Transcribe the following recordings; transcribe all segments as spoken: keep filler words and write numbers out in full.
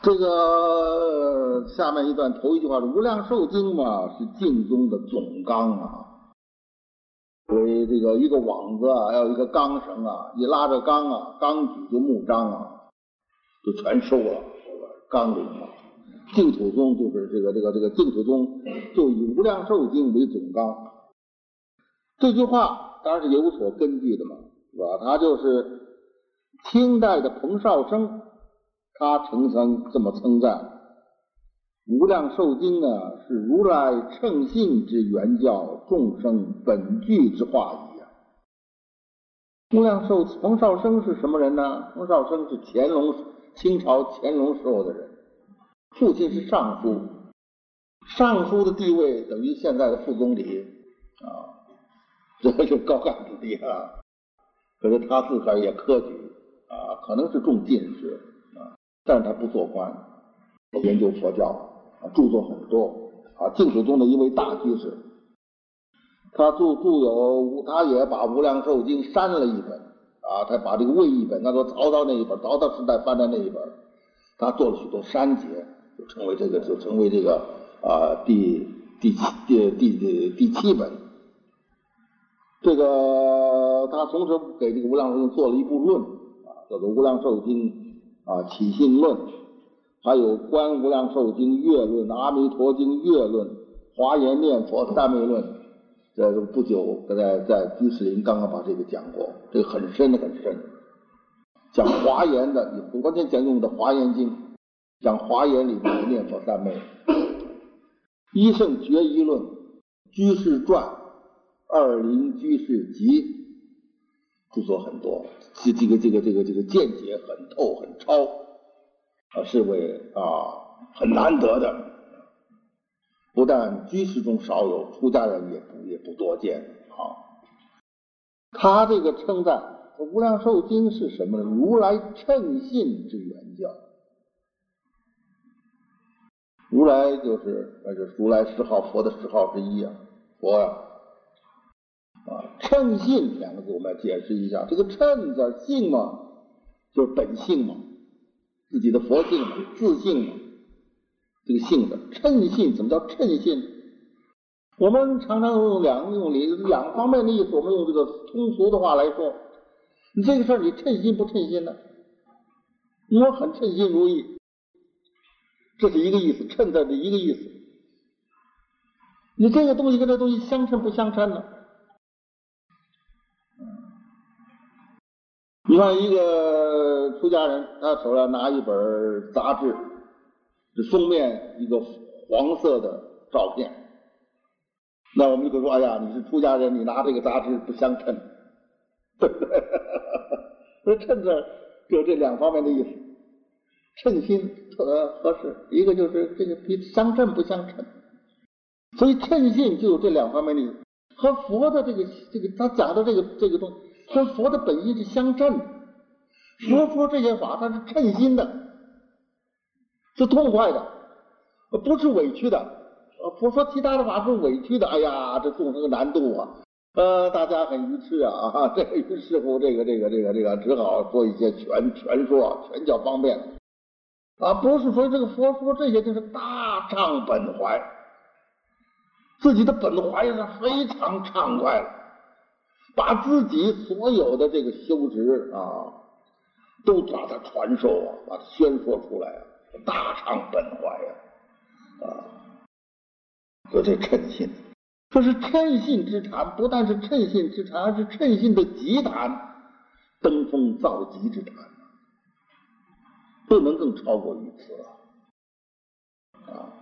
这个下面一段头一句话是无量寿经嘛，是净宗的总纲啊。所以这个一个网子啊，要一个钢绳啊，一拉着钢啊，钢举就木张啊，就全收了，纲领嘛。净土宗就是这个这个这个净土宗就以无量寿经为总纲。这句话当然是有所根据的嘛，是吧？他就是清代的彭绍生，他曾曾这么称赞无量寿经呢，是如来乘性之原教，众生本具之化仪啊。无量寿彭绍生是什么人呢？彭绍生是乾隆清朝乾隆时候的人，父亲是尚书，尚书的地位等于现在的副总理啊，这是高干子弟啊。可是他自个儿也科举啊，可能是中进士啊，但是他不做官，研究佛教啊，著作很多啊。净土宗的一位大居士，他著著有，他也把《无量寿经》删了一本啊，他把这个魏译本，那都曹操那一本，曹操时代翻的那一本，他做了许多删节，就成为这个就成为这个啊第第七第第第第七本。这个他同时给这个《无量寿经》做了一部论啊，叫做《无量寿经》啊起信论，还有《观无量寿经乐论》、《阿弥陀经乐论》、《华严念佛三昧论》。这不久在在居士林刚刚把这个讲过，这个很深很深。讲华严的，你昨天讲用的《华严经》，讲华严里面的念佛三昧。一圣决一论、居士传、二林居士集，著作很多，这这个这个这个这个见解很透很超啊，是为啊很难得的。不但居士中少有，出家人也不也不多见啊。他这个称赞《无量寿经》是什么呢？如来乘性之原教。如来就是那就是如来十号，佛的十号之一啊，佛呀啊。啊，乘性两个字我们来解释一下。这个乘字性嘛，就是本性嘛，自己的佛性嘛，自性嘛。这个性的称性，怎么叫称性？我们常常用两用两方面的意思，我们用这个通俗的话来说，你这个事儿你称心不称心呢？我很称心如意，这是一个意思，称字的一个意思。你这个东西跟这东西相称不相称呢？你看一个出家人，他手上拿一本杂志，这封面一个黄色的照片，那我们就会说，哎呀，你是出家人，你拿这个杂志不相称，对不对？所以称字就这两方面的意思，称心呃合适，一个就是这个比相称不相称，所以称性就有这两方面的意思，和佛的这个这个他讲的这个这个东西，跟佛的本意是相称的。佛说这些法，它是称心的，是痛快的，不是委屈的。佛说其他的法是委屈的，哎呀，这众生难度啊，呃，大家很愚痴啊，这个于是乎，这个这个这个这个只好做一些全全说，全叫方便啊，不是说这个佛说这些就是大畅本怀，自己的本怀是非常畅快了，把自己所有的这个修持啊，都把它传授啊，把它宣说出来啊，大畅本怀啊，啊。说这称性，说是称性之谈，不但是称性之谈，而是称性的极谈，登峰造极之谈，不能更超过于此了。啊，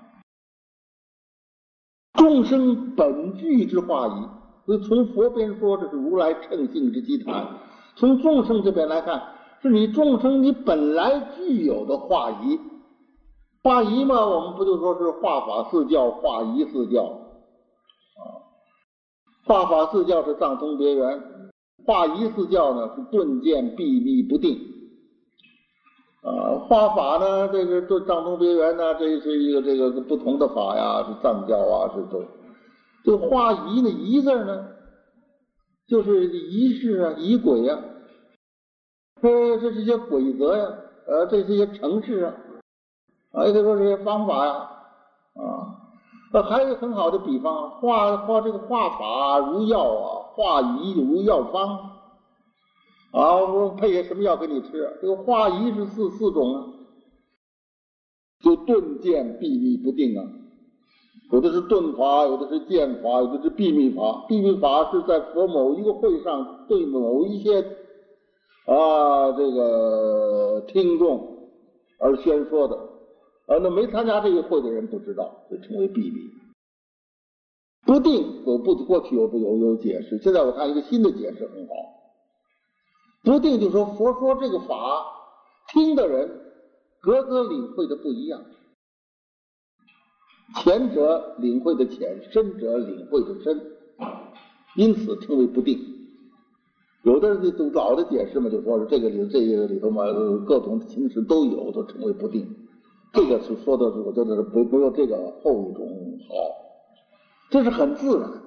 众生本具之化仪，所以从佛边说这是如来称性之极谈，从众生这边来看，是你众生你本来具有的化仪。化仪嘛，我们不就说是化法四教、化仪四教啊？化法四教是藏通别圆，化仪四教呢是顿渐秘密不定。啊，化法呢，这个这藏通别圆呢，这是一个这个不同的法呀，是藏教啊，是都。这个化仪呢，仪字呢，就是仪式啊、仪轨啊，这这是些规则呀，呃，这是些程式啊。 啊，也可以说这些方法呀，啊，那还有很好的比方，画画这个画法如药啊，画仪如药方啊，我配些什么药给你吃？这个画仪是四四种啊，就顿渐秘密不定啊，有的是顿法，有的是渐法，有的是秘密法。秘密法是在佛某一个会上对某一些啊这个听众而宣说的。啊，那没参加这个会的人不知道，就称为秘密。不定，我不过去有有有解释，现在我看一个新的解释很好。不定就说佛说这个法，听的人个个领会的不一样，浅者领会的浅，深者领会的深，因此称为不定。有的人都老的解释嘛，就说是这个里这个里头嘛，各种形式都有，都称为不定。这个是说的是，我觉得是不不用这个后一种好，这是很自然。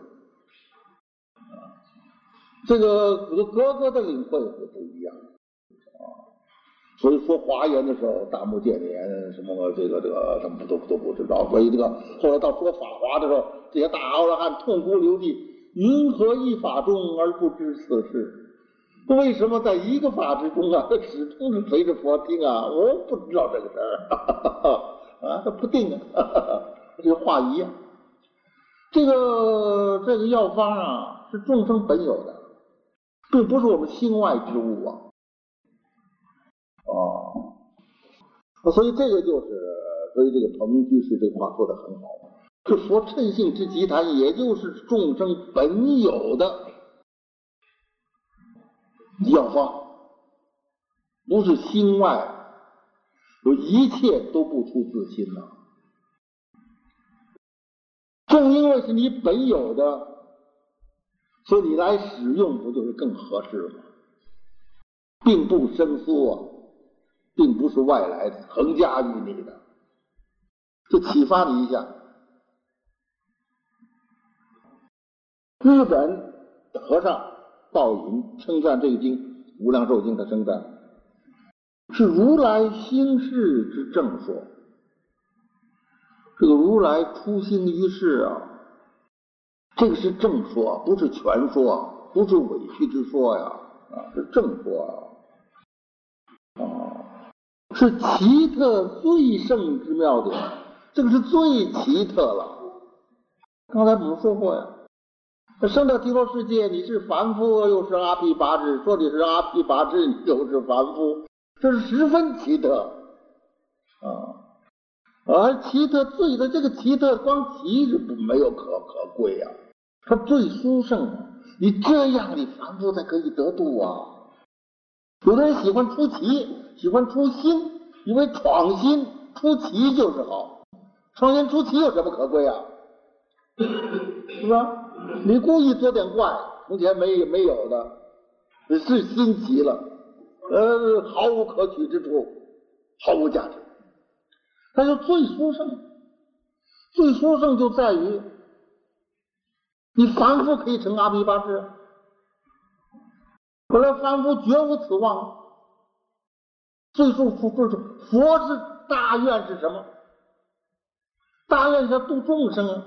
这个格格的领会会不一样啊，所以说华严的时候，大目犍连什么这个这个他们都都不知道，所以这个后来到说法华的时候，这些大阿罗汉痛哭流涕，云何一法中而不知此事？为什么在一个法之中啊，始终是随着佛听啊？我不知道这个事儿啊，这不定啊，这个画仪啊，这个这个药方啊，是众生本有的，并不是我们心外之物啊。哦，所以这个就是，所以这个彭居士这个话说的很好，是佛称性之集谈，也就是众生本有的药方，不是心外，一切都不出自心呐。正因为是你本有的，所以你来使用不就是更合适吗？并不生疏啊，并不是外来的横加于你的，就启发你一下。日本和尚道隐称赞这个经《无量寿经》的称赞是如来兴世之正说。这个如来出兴于世啊，这个是正说，不是全说，不是委屈之说呀，啊，是正说啊，啊，是奇特最胜之妙点，这个是最奇特了。刚才我们说过呀，生到极乐世界，你是凡夫又是阿毗跋致，说你是阿毗跋致，你又是凡夫，这是十分奇特啊。而奇特最的这个奇特，光奇是不没有可可贵呀、啊，它最殊胜啊！你这样，你凡夫才可以得度啊。有的人喜欢出奇，喜欢出新，因为闯新出奇就是好。创新出奇有什么可贵啊？是吧？你故意做点怪，从前没没有的，是新奇了，呃，毫无可取之处，毫无价值。它就最殊胜，最殊胜就在于你凡夫可以成阿毗跋致，后来凡夫绝无此望。最殊佛佛是大愿是什么？大愿是要度众生啊。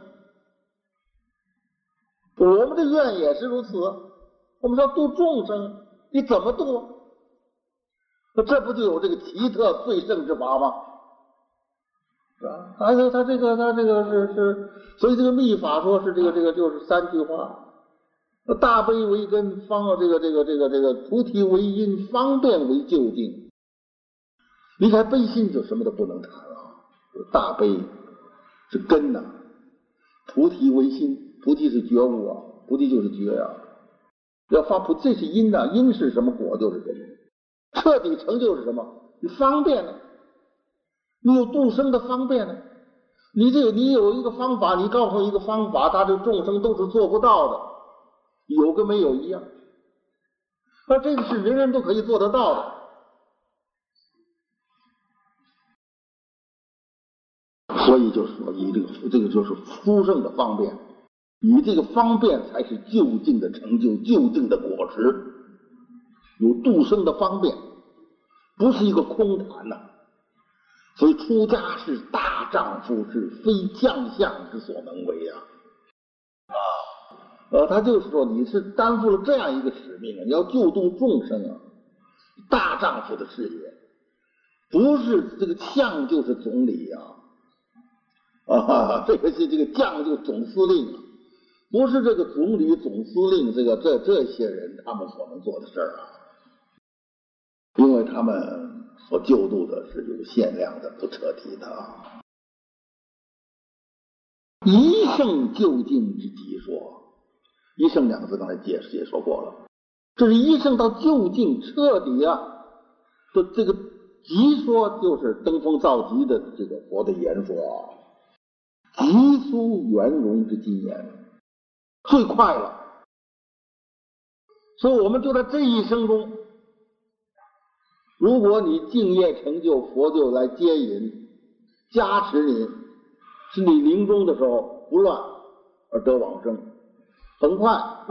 我们的愿也是如此，我们说度众生，你怎么度？那这不就有这个奇特最胜之法吗？是吧？他他这个他这个是是，所以这个密法说是这个这个就是三句话：大悲为根，方这个这个这个这个菩提为因，方便为究竟。离开悲心就什么都不能谈了。大悲是根呐、啊，菩提为心，菩提是觉悟啊，菩提就是觉啊。要发菩提，这是因呐、啊，因是什么？果就是什么？彻底成就是什么？你方便了。你有度生的方便呢？你这你有一个方法，你告诉一个方法，他这众生都是做不到的，有跟没有一样。而这个是人人都可以做得到的，所以就是说，以这个这个就是殊胜的方便，以这个方便才是究竟的成就，究竟的果实。有度生的方便，不是一个空谈呐、啊。 所以出家是大丈夫，是非将相之所能为啊！啊，呃，他就是说你是担负了这样一个使命啊，你要救度众生啊，大丈夫的事业，不是这个相就是总理啊，啊，这个是这个将就总司令啊，不是这个总理总司令这个这这些人他们所能做的事儿啊，因为他们所救度的是有限量的、不彻底的。一圣究竟之极说，一圣两个字刚才解释也说过了，这是一圣到究竟彻底啊的这个极说，就是登峰造极的这个佛的言说啊，极殊圆融之经言，最快了。所以我们就在这一生中，如果你敬业成就，佛就来接引加持你，是你临终的时候不乱而得往生，很快啊，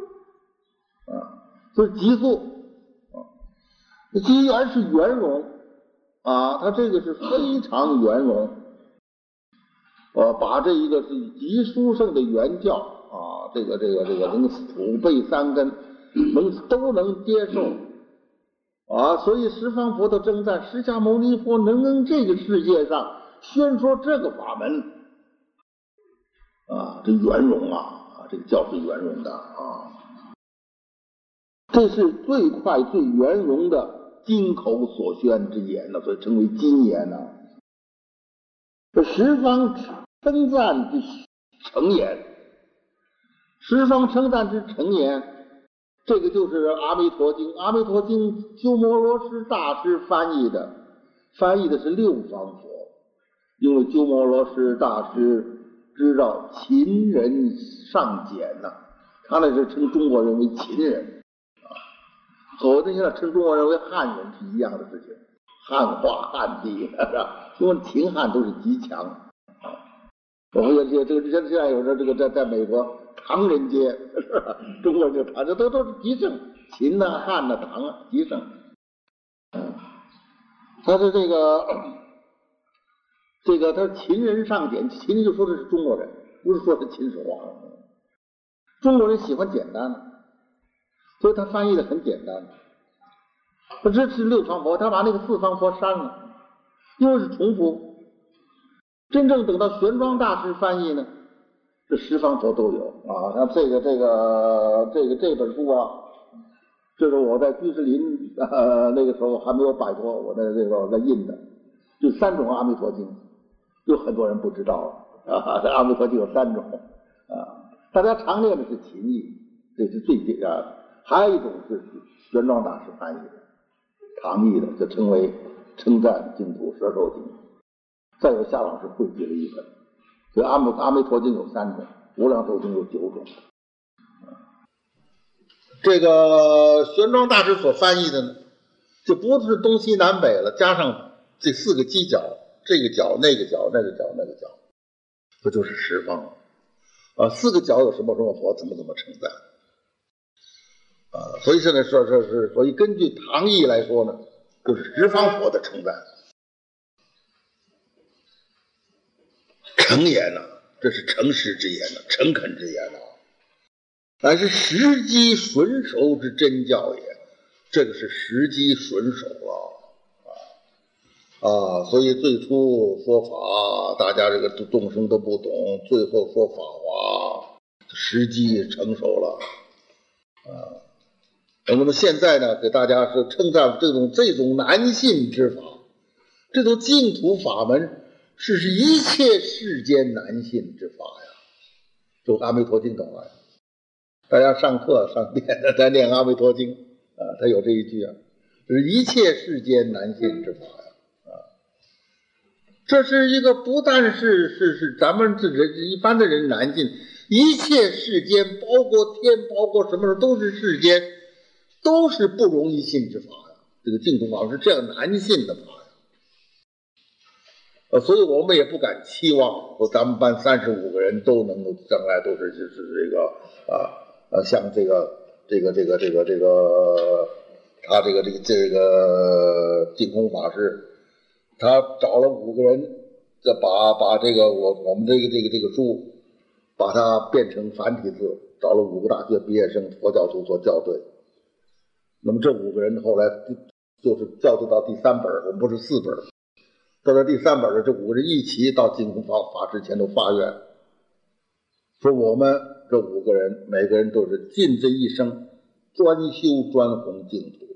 所以极速啊，极而是圆融啊，它这个是非常圆融，呃、啊，把这一个是极殊胜的原教啊，这个这个这个能普被三根，能都能接受。啊，所以十方佛的征赞，释迦牟尼佛能跟这个世界上宣说这个法门啊，这圆融啊，啊，这个教是圆融的啊，这是最快最圆融的金口所宣之言呢，所以称为金言呢、啊。这十方称赞之成言，十方称赞之成言。这个就是《阿弥陀经》，《阿弥陀经》鸠摩罗什大师翻译的，翻译的是六方佛，因为鸠摩罗什大师知道秦人尚简呐、啊，他那是称中国人为秦人啊，和我们现在称中国人为汉人是一样的事情，汉化汉地是吧？因为秦汉都是极强啊。我们有些这个现在有的这个在在美国。唐人街是吧？中国人就唐，这都都是极盛，秦呐、汉呐、唐啊，极盛。嗯，他是这个这个，他秦人尚简，秦人就说的是中国人，不是说是秦始皇。中国人喜欢简单，所以他翻译的很简单。他支持六方佛，他把那个四方佛删了，因为是重复。真正等到玄奘大师翻译呢？这十方佛都有啊，像这个这个这个这本书啊，这是我在居士林呃那个时候还没有摆脱，我在这个在印的，就三种阿弥陀经，有很多人不知道啊，这阿弥陀经有三种啊，大家常念的是秦译，这是最简啊，还有一种是玄奘大师翻译的，唐译的，就称为称赞净土摄受经，再有夏老师汇集了一本。所以阿弥阿弥陀经有三种，无量寿经有九种。这个玄奘大师所翻译的呢，就不是东西南北了，加上这四个犄角，这个角那个角那个角那个角，这就是十方啊。四个角有什么什么佛，怎么怎么称赞啊？所以现在说说是，所以根据唐译来说呢，就是十方佛的称赞。诚言呐、啊，这是诚实之言呐、啊，诚恳之言呐、啊，乃是时机纯熟之真教也。这个是时机纯熟了啊啊！所以最初说法，大家这个众生都不懂，最后说法华，时机成熟了啊。那么现在呢，给大家是称赞这种这种难信之法，这种净土法门。是是一切世间难信之法呀，就阿弥陀经懂了。大家上课上念在念阿弥陀经啊，他有这一句啊，这是一切世间难信之法呀啊。这是一个不但是是是咱们这人一般的人难信，一切世间包括天包括什么的都是世间，都是不容易信之法呀。这个净土法是这样难信的法。呃，所以我们也不敢期望说咱们班三十五个人都能够将来都是就是这个啊呃像这个这个这个这个这个他这个这个这个净空法师他找了五个人，这把把这个我我们这个这个这个书，把它变成繁体字，找了五个大学毕业生佛教徒做校对。那么这五个人后来就是校对到第三本，我们不是四本，到了第三本的这五个人一起到净空法法师前头发愿，说我们这五个人每个人都是尽这一生专修专弘净土。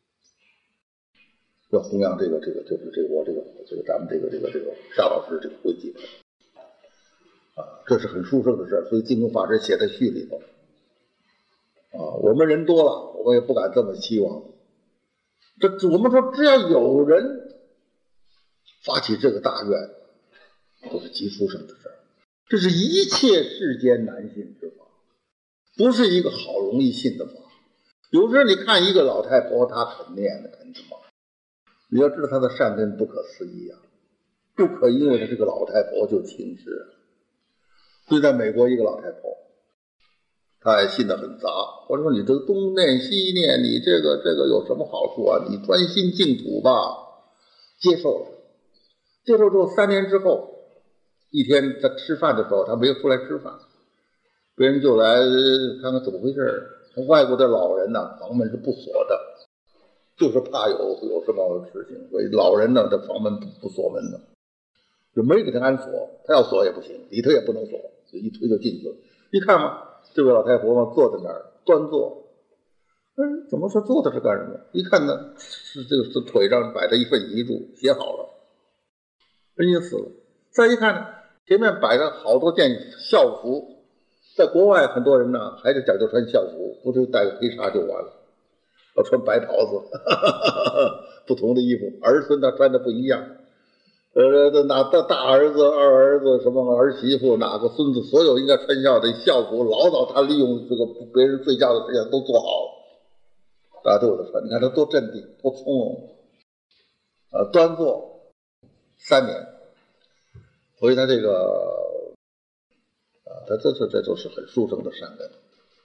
要弘扬这个这个就是这个我这个这个咱们这个这个这个夏老师这个汇集啊，这是很殊胜的事，所以净空法师写在序里头啊。我们人多了，我也不敢这么希望。这我们说，只要有人发起这个大愿，都是极殊胜的事，这是一切世间难信之法，不是一个好容易信的法。有时候你看一个老太婆，她肯念的肯什么？你要知道他的善根不可思议啊，不可因为他是个老太婆就轻视啊。所以在美国一个老太婆，她也信得很杂。我说你这个东念西念，你这个这个有什么好处啊？你专心净土吧。接受了，接受之后三年之后，一天在吃饭的时候，他没有出来吃饭，别人就来看看怎么回事。外国的老人呢、啊，房门是不锁的。就是怕有有什么事情，所以老人呢，这房门不不锁门的，就没给他安锁，他要锁也不行，里头也不能锁，就一推就进去了。一看嘛，这位老太婆嘛，坐在那儿端坐，嗯，怎么说坐在这干什么？一看呢，是这个是腿上摆着一份遗嘱，写好了，人已死了。再一看呢，前面摆着好多件校服，在国外很多人呢还是讲究穿校服，不是带个黑纱就完了。要穿白袍子，呵呵呵，不同的衣服，儿孙他穿的不一样。呃，哪大大儿子、二儿子、什么儿媳妇，哪个孙子，所有应该穿校的校服，老早他利用这个别人睡觉的时间都做好了，大家都有的穿。你看他多镇定，多从容，啊，端坐三年，所以他这个，啊，他这这这都是很殊胜的善根。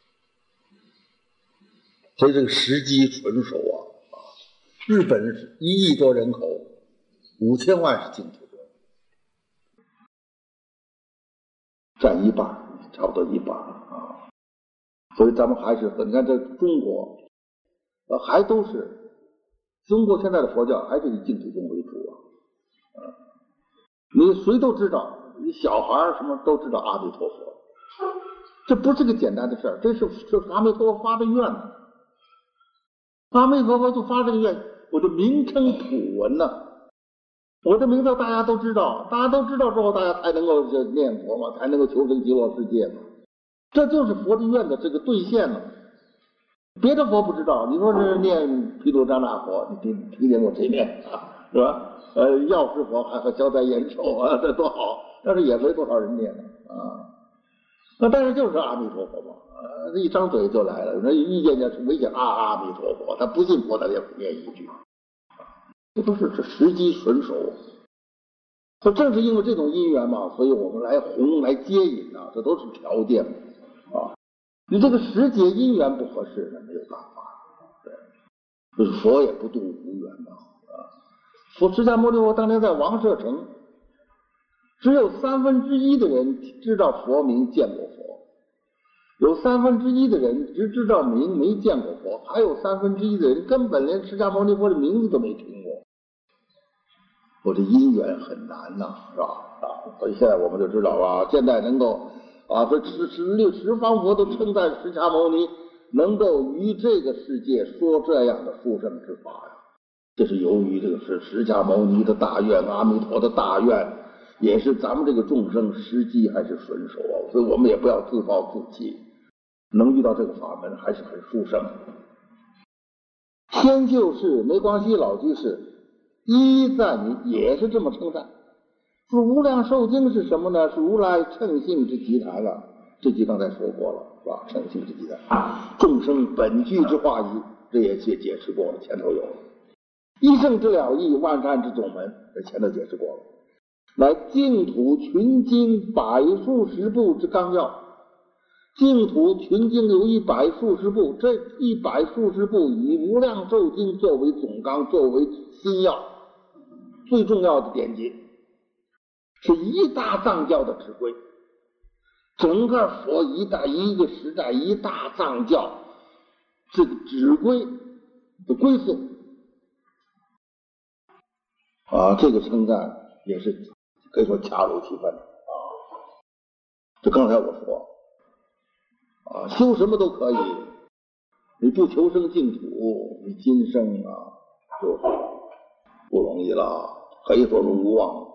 所以这个时机纯熟啊！啊，日本一亿多人口，五千万是净土宗，占一半，差不多一半啊。所以咱们还是和你看这中国，呃，还都是中国现在的佛教还是以净土宗为主啊。啊，你谁都知道，你小孩什么都知道阿弥陀佛，这不是个简单的事儿，这是这是阿弥陀佛发的愿呢。阿弥陀佛就发这个愿，我的名称普闻呐、啊，我的名字大家都知道，大家都知道之后，大家才能够念佛嘛，才能够求生极乐世界嘛。这就是佛的愿的这个兑现了。别的佛不知道，你说是念毗卢遮那佛，你听听见过谁念啊？是吧？呃，药师佛还和消灾延寿啊，这多好，但是也没多少人念啊。那但是就是阿弥陀佛嘛，呃，一张嘴就来了。那遇见件是没讲阿阿弥陀佛，他不信佛，他也不念一句，这都是这时机纯熟。这正是因为这种因缘嘛，所以我们来弘来接引啊，这都是条件啊。你这个时节因缘不合适，那没有办法。对，就是佛也不度无缘嘛啊。佛释迦牟尼佛当年在王舍城。只有三分之一的人知道佛名，见过佛；有三分之一的人只知道名，没见过佛；还有三分之一的人根本连释迦牟尼佛的名字都没听过。我这因缘很难呐、啊，是吧？啊，所以现在我们就知道啊，现在能够啊，这十十六十方佛都称赞释迦牟尼能够于这个世界说这样的殊胜之法呀，这是由于这个是释迦牟尼的大愿，阿弥陀的大愿。也是咱们这个众生时机还是纯熟啊，所以我们也不要自暴自弃，能遇到这个法门还是很殊胜。天就是梅光熙老居士一赞你也是这么称赞，说无量寿经是什么呢？是如来乘性之集谈啊，这集刚才说过了，是吧？乘性之集谈，众生本具之化仪，这也解解释过了，前头有了。一圣之了义，万善之总门，这前头解释过了。乃净土群经百数十部之纲要，净土群经有一百数十部，这一百数十部以无量寿经作为总纲，作为心要， 最重要的典籍，是一大藏教的指挥。整个佛一代一个时代一大藏教这个指挥的归宿啊，这个称赞也是可以说恰如其分啊。这刚才我说啊，修什么都可以，你不求生净土，你今生啊就不容易了，可以说是无望。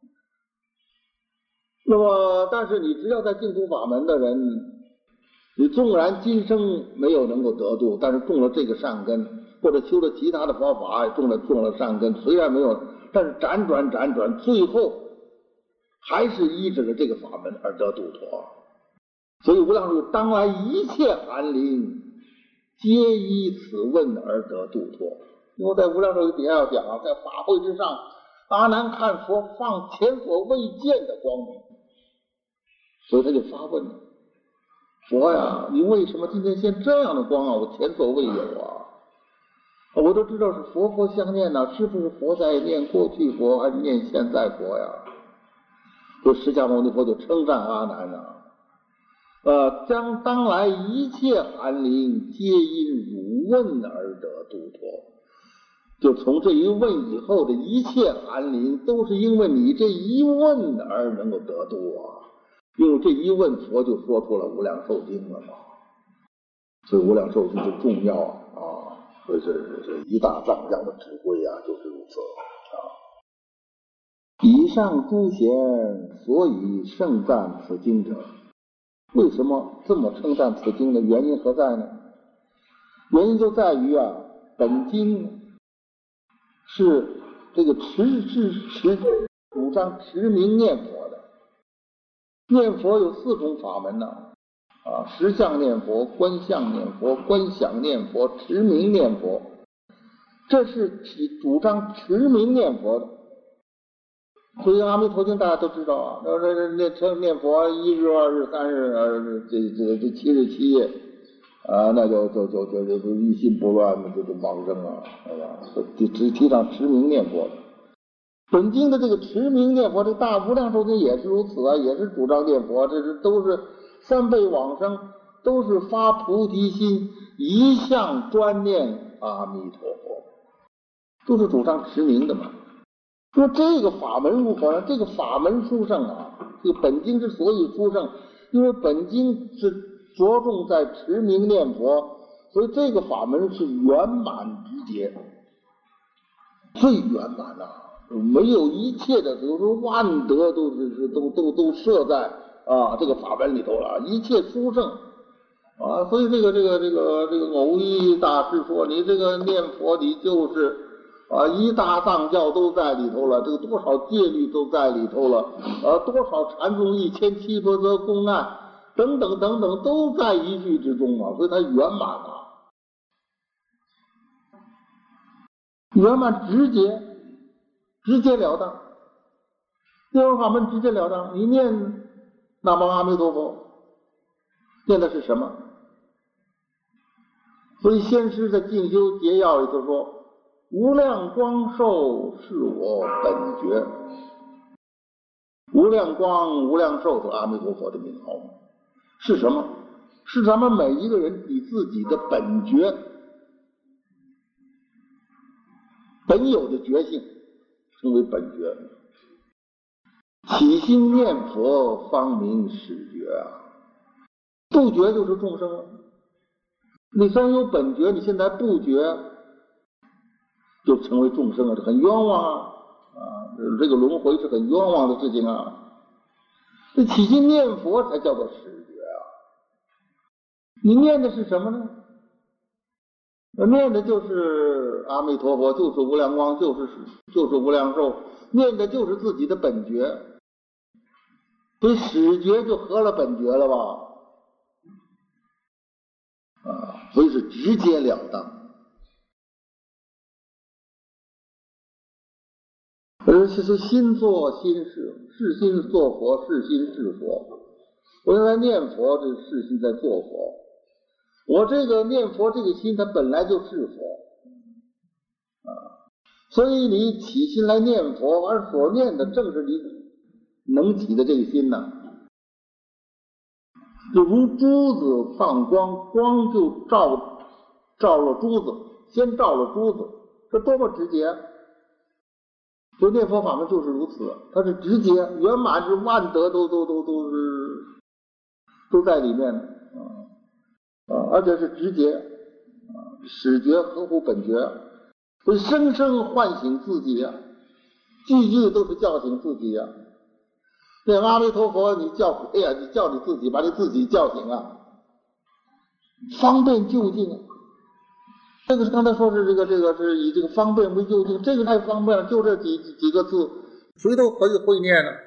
那么，但是你只要在净土法门的人，你纵然今生没有能够得度，但是种了这个善根，或者修了其他的佛法，种了种了善根，虽然没有，但是辗转辗转，最后还是依着这个法门而得度脱。所以无量寿当来一切寒灵，皆依此问而得度脱。因为在无量寿底下要讲啊，在法会之上，阿难看佛放前所未见的光明。所以他就发问了：佛呀，你为什么今天现这样的光啊？我前所未有啊！我都知道是佛佛相念呢、啊，是不是佛在念过去佛，还是念现在佛呀？所以释迦牟尼佛就称赞阿难啊，呃，将当来一切寒灵，皆因汝问而得度脱。就从这一问以后的一切寒灵，都是因为你这一问而能够得度啊。因为这一问，佛就说出了无量寿经了嘛，所以无量寿经就重要啊，所以这这一大藏教的指挥啊，就是如此啊。以上诸贤所以盛赞此经者，为什么这么称赞此经的原因何在呢？原因就在于啊，本经是这个持持持主张持名念佛的。念佛有四种法门呢、啊，啊，实相念佛、观相念佛、观想念佛、持名念佛，这是主张持名念佛的。所以阿弥陀经大家都知道啊，那这念称念佛一日、二日、三日，呃，这这这七日七夜，啊，那就就就就就一心不乱的，就就往生了，是吧？只只提倡持名念佛。本经的这个持名念佛，这大无量寿经也是如此啊，也是主张念佛，这是都是三辈往生，都是发菩提心，一向专念阿弥陀佛，都是主张持名的嘛。说这个法门如何呢？这个法门殊胜啊，这个本经之所以殊胜，因为本经是着重在持名念佛，所以这个法门是圆满直接，最圆满啊。没有一切的，比如说万德都是都都都设在啊这个法门里头了，一切殊胜啊，所以这个这个这个这个偶一大师说，你这个念佛你就是啊一大藏教都在里头了，这个多少戒律都在里头了，啊多少禅宗一千七百则公案等等等等都在一句之中啊，所以它圆满啊，圆满直接。直截了当，念佛法门直截了当。你念南无阿弥陀佛，念的是什么？所以先师在进修节要里头说：“无量光寿是我本觉。”无量光、无量寿是阿弥陀佛的名号，是什么？是咱们每一个人你自己的本觉，本有的觉性。称为本觉，起心念佛方名始觉啊，不觉就是众生了。你虽然有本觉，你现在不觉，就成为众生了，这很冤枉啊！啊，这个轮回是很冤枉的事情啊。这起心念佛才叫做始觉啊。你念的是什么呢？念的就是阿弥陀佛，就是无量光，就是就是无量寿，念的就是自己的本觉，所以始觉就合了本觉了吧？啊，所以是直截了当。而且是心作心是，是心作佛，是心是佛。我现在念佛，这是心在做佛。我这个念佛这个心，它本来就是佛。 所以你起心来念佛，而所念的正是你能起的这个心呐，就如珠子放光，光就照照了珠子，先照了珠子，这多么直接！所以念佛法门就是如此，它是直接圆满，是万德都都都都是都在里面的啊啊，而且是直接啊，始觉合乎本觉，会生生唤醒自己呀、啊，句句都是叫醒自己呀、啊。念阿弥陀佛，你叫谁呀？你叫你自己，把你自己叫醒啊，方便就近啊。这个是刚才说是这个这个是以这个方便为就近，这个太方便了，就这几几个字，谁都可以会念了。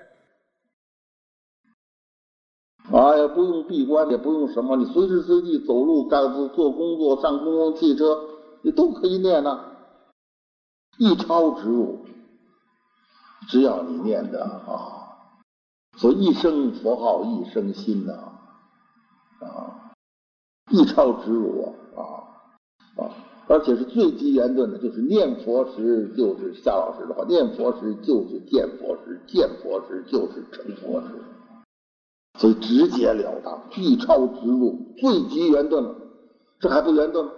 啊，也不用闭关，也不用什么，你随时随地走路、干坐、做工作、上公共汽车，你都可以念呢、啊，一超直入。只要你念的啊，所以一声佛号一声心呐、啊，啊，一超直入啊啊啊！而且是最基圆顿的，就是念佛时就是夏老师的话，念佛时就是见佛时，见佛时就是成佛时。所以直截了当，一超直入，最极圆顿了，这还不圆顿吗？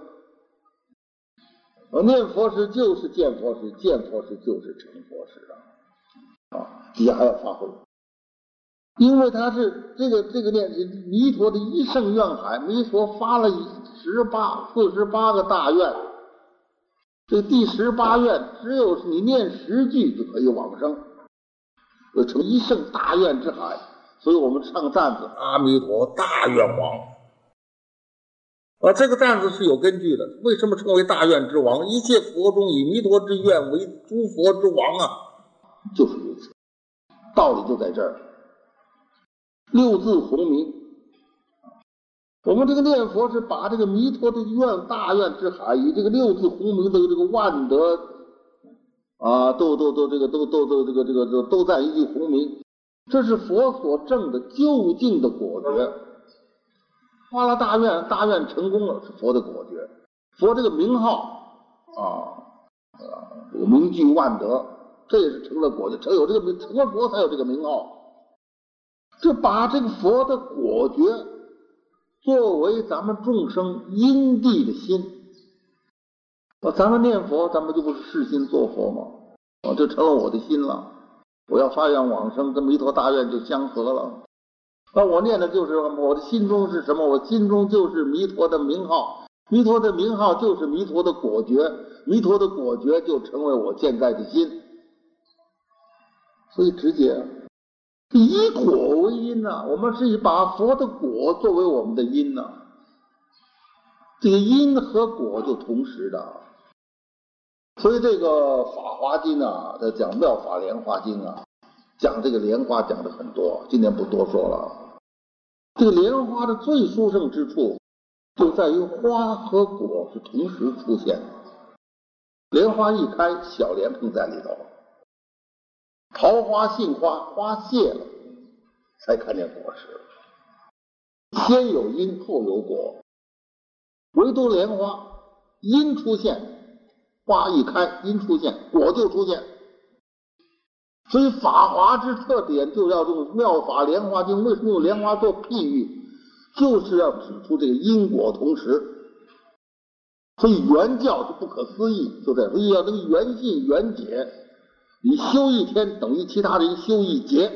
而念佛时就是见佛时，见佛时就是成佛时啊！啊，底下还要发挥，因为他是这个这个念弥陀的一圣愿海，弥陀发了十八四十八个大愿，这第十八愿只有你念十句就可以往生，成一圣大愿之海。所以我们唱赞子阿弥陀大愿王啊，这个赞子是有根据的。为什么称为大愿之王？一切佛中以弥陀之愿为诸佛之王啊，就是如此，道理就在这儿。六字洪名，我们这个念佛是把这个弥陀的愿大愿之海与这个六字洪名的这个万德啊，都都都这个都都都这个这个都都在一句洪名。这是佛所证的究竟的果觉，发了大愿，大愿成功了，是佛的果觉。佛这个名号啊啊，这个名具万德，这也是成了果觉，成有这个名，成了佛才有这个名号。这把这个佛的果觉作为咱们众生因地的心，啊，咱们念佛，咱们就不是视心做佛吗？啊，这成了我的心了。我要发愿往生，跟弥陀大愿就相合了。那我念的就是我的心中是什么？我心中就是弥陀的名号，弥陀的名号就是弥陀的果觉，弥陀的果觉就成为我现在的心。所以直接以果为因呐、啊，我们是以把佛的果作为我们的因呐、啊，这个因和果就同时的。所以这个《法华经》啊，它讲《妙法莲华经》啊，讲这个莲花讲的很多，今天不多说了。这个莲花的最殊胜之处，就在于花和果是同时出现的。莲花一开，小莲蓬在里头；桃花、杏花，花谢了，才看见果实。先有因，后有果。唯独莲花，因出现。花一开，因出现，果就出现。所以法华之特点就要用妙法莲华经。为什么用莲花做譬喻？就是要指出这个因果同时。所以原教就不可思议，就在所以要这个原信原解，你修一天等于其他人修一劫。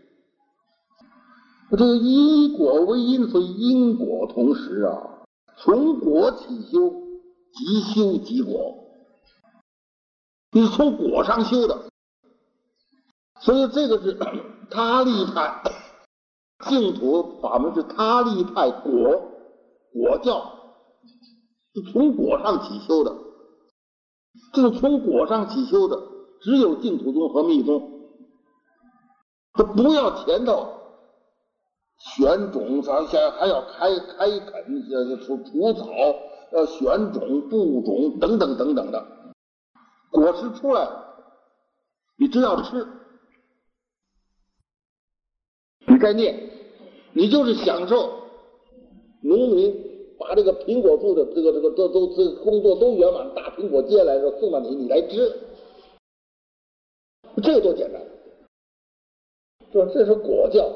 这个因果为因，所以因果同时啊，从果起修，即修即果。你是从果上修的，所以这个是他力派净土法门，是他力派果果教，是从果上起修的。这个从果上起修的，只有净土宗和密宗。他不要前头选种，咱现在还要开开垦，要除除草，要选种、布种等等等等的。果实出来了，你只要吃，你该念，你就是享受。农民把这个苹果树的这个这个都都这个工作都圆满，大苹果接来了送到你，你来吃， 这个多简单，是吧？这是果教，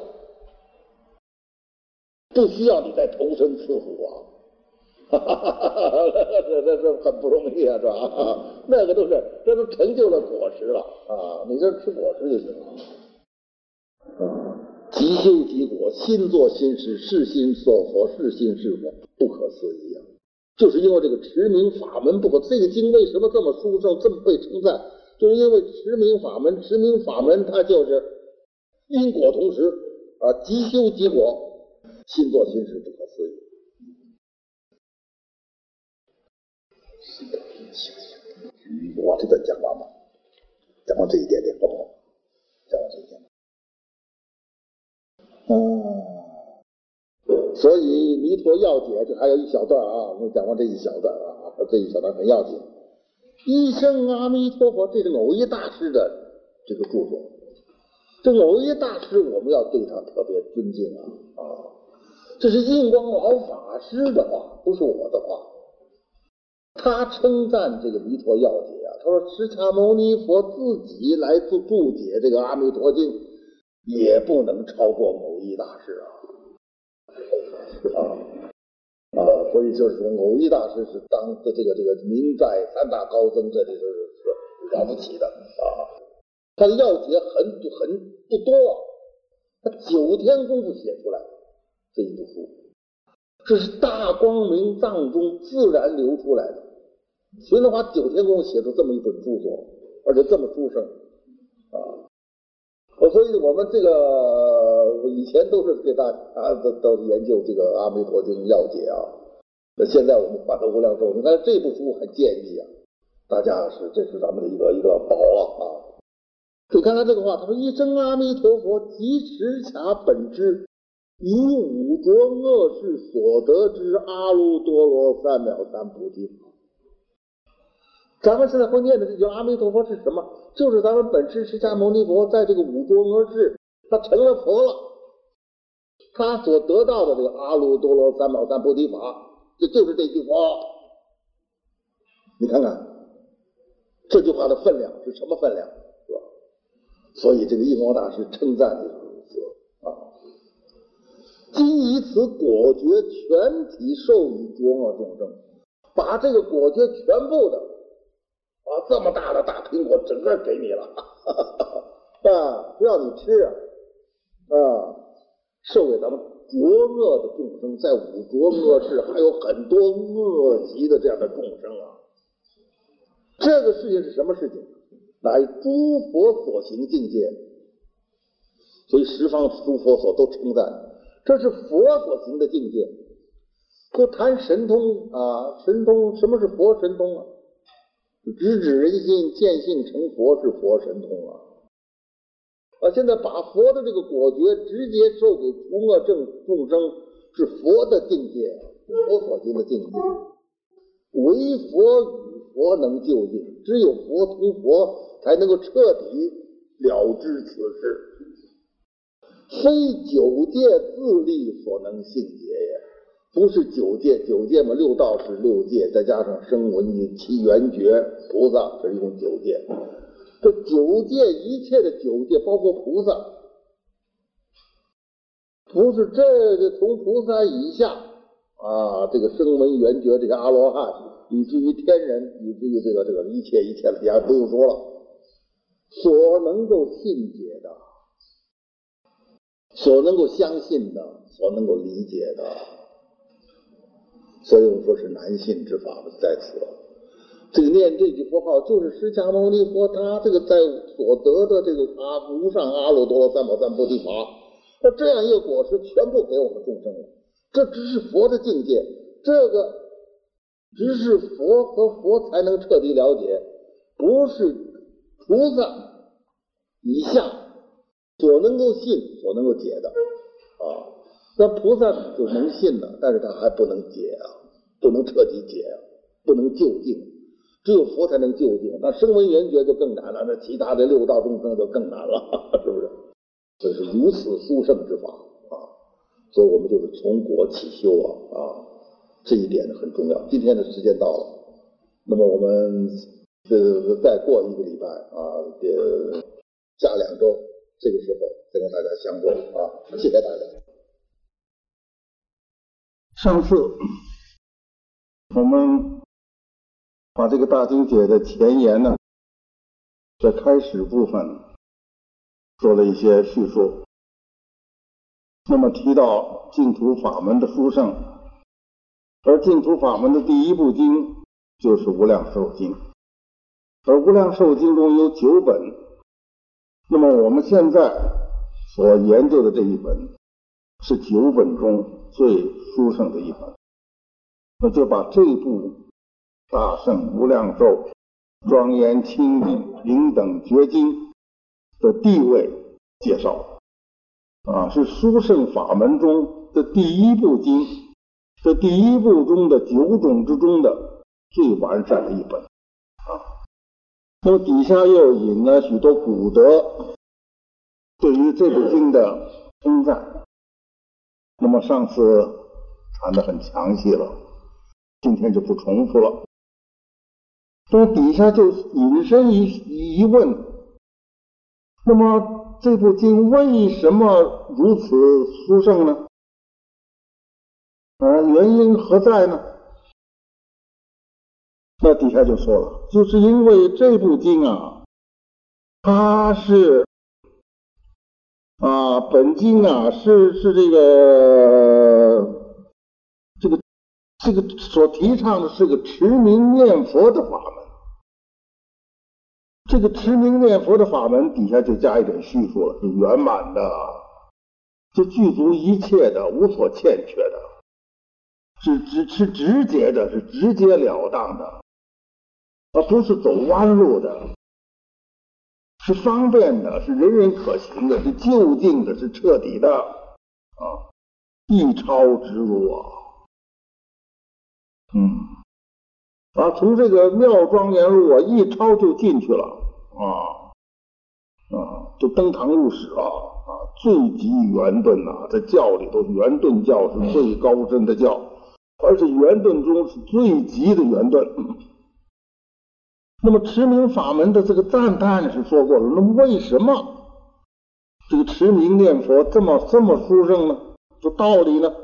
不需要你再投身刺虎啊。哈哈哈哈哈！这这这很不容易啊，是吧？那个都是，这都成就了果实了啊！你这吃果实就行了。啊，即修即果，心作心事，是心所佛，是心是佛，不可思议啊！就是因为这个持名法门不可，这个经为什么这么殊胜，这么被称赞？就是因为持名法门，持名法门它就是因果同时啊，即修即果，心作心事，不可思议。我这段讲完吧，讲完这一点点好不好？讲完这一点。嗯，所以弥陀要解这还有一小段啊，我们讲完这一小段啊，这一小段很要紧。一生阿弥陀佛，这是耦一大师的这个著作。这耦一大师我们要对他特别尊敬啊啊！这是印光老法师的话，不是我的话。他称赞这个弥陀要解啊，他说释迦牟尼佛自己来注注解这个阿弥陀经，也不能超过耦一大师啊啊啊！所以就是说，耦一大师是当的这个这个明在三大高僧，这里头是了不起的啊。他的要解很很不多啊，他九天功夫写出来这一部书。这是大光明藏中自然流出来的，谁能花九天功夫写出这么一本著作，而且这么殊胜啊？所以我们这个以前都是给大家都都研究这个阿弥陀经要解啊，现在我们换到无量寿，你看这部书还建议啊，大家是这是咱们的一个一个宝啊啊！你看他这个话，他说一生阿弥陀佛，即持卡本知。以五浊恶世所得之阿耨多罗三藐三菩提法。咱们现在会念的这句阿弥陀佛是什么？就是咱们本师释迦牟尼佛在这个五浊恶世，他成了佛了，他所得到的这个阿耨多罗三藐三菩提法，这就是这句话。你看看这句话的分量是什么分量，是吧？所以这个印光大师称赞这个如此啊。今以此果觉全体授予浊恶众生，把这个果觉全部的啊这么大的大苹果整个给你了啊，不要你吃啊啊，授给咱们浊恶的众生，在五浊恶世还有很多恶极的这样的众生啊。这个事情是什么事情？乃诸佛所行境界，所以十方诸佛所都称赞。这是佛所行的境界。就谈神通啊，神通什么是佛神通啊？直指人心，见性成佛是佛神通啊。啊，现在把佛的这个果觉直接授给除恶正众生，是佛的境界，佛所行的境界。唯佛与佛能救尽，只有佛同佛才能够彻底了知此事。非九界自立所能性解也，不是九界，九界嘛，六道是六界，再加上声闻一七缘觉菩萨，这是一共九界。这九界一切的九界，包括菩萨，不是这个从菩萨以下啊，这个声闻缘觉这些阿罗汉，以至于天人，以至于这个这个一切一切的，也不用说了，所能够信解的。所能够相信的，所能够理解的，所以我们说是难信之法在此。这个念这句佛号，就是释迦牟尼佛他这个在所得的这个阿无上阿耨多罗三藐三菩提法，那这样一个果实全部给我们众生了。这只是佛的境界，这个只是佛和佛才能彻底了解，不是菩萨以下所能够信、所能够解的啊。那菩萨就能信了，但是他还不能解啊，不能彻底解啊，不能究竟。只有佛才能究竟，那声闻缘觉就更难了，那其他的六道众生就更难了，是不是？这是如此殊胜之法啊！所以我们就是从果起修啊啊，这一点很重要。今天的时间到了，那么我们这再过一个礼拜啊，呃。 下两周这个时候再跟大家相会啊，谢谢大家。上次我们把这个大经解的前言呢，在开始部分做了一些叙述，那么提到净土法门的殊胜，而净土法门的第一部经就是无量寿经，而无量寿经中有九本，那么我们现在所研究的这一本是九本中最殊胜的一本，那就把这部大圣无量寿庄严清净平等觉经的地位介绍啊，是殊胜法门中的第一部经，这第一部中的九种之中的最完善的一本啊。那么底下又引了许多古德对于这部经的称赞，那么上次谈得很详细了，今天就不重复了。那么底下就引申一疑问，那么这部经为什么如此殊胜呢？啊，原因何在呢？那底下就说了，就是因为这部经啊，它是啊，本经啊是是这个这个这个所提倡的是个持名念佛的法门。这个持名念佛的法门底下就加一点叙述了，是圆满的，是具足一切的，无所欠缺的，是直是直接的，是直截了当的，而不是走弯路的，是方便的，是人人可行的，是就近的，是彻底的啊，一抄直入啊，嗯，啊，从这个妙庄严路啊一抄就进去了。啊啊，就登堂入室啊啊，最极圆顿呐、啊，在教里头，圆顿教是最高深的教，而且圆顿中是最极的圆顿。那么持名法门的这个赞叹是说过了，那么为什么这个持名念佛这么这么殊胜呢？这道理呢？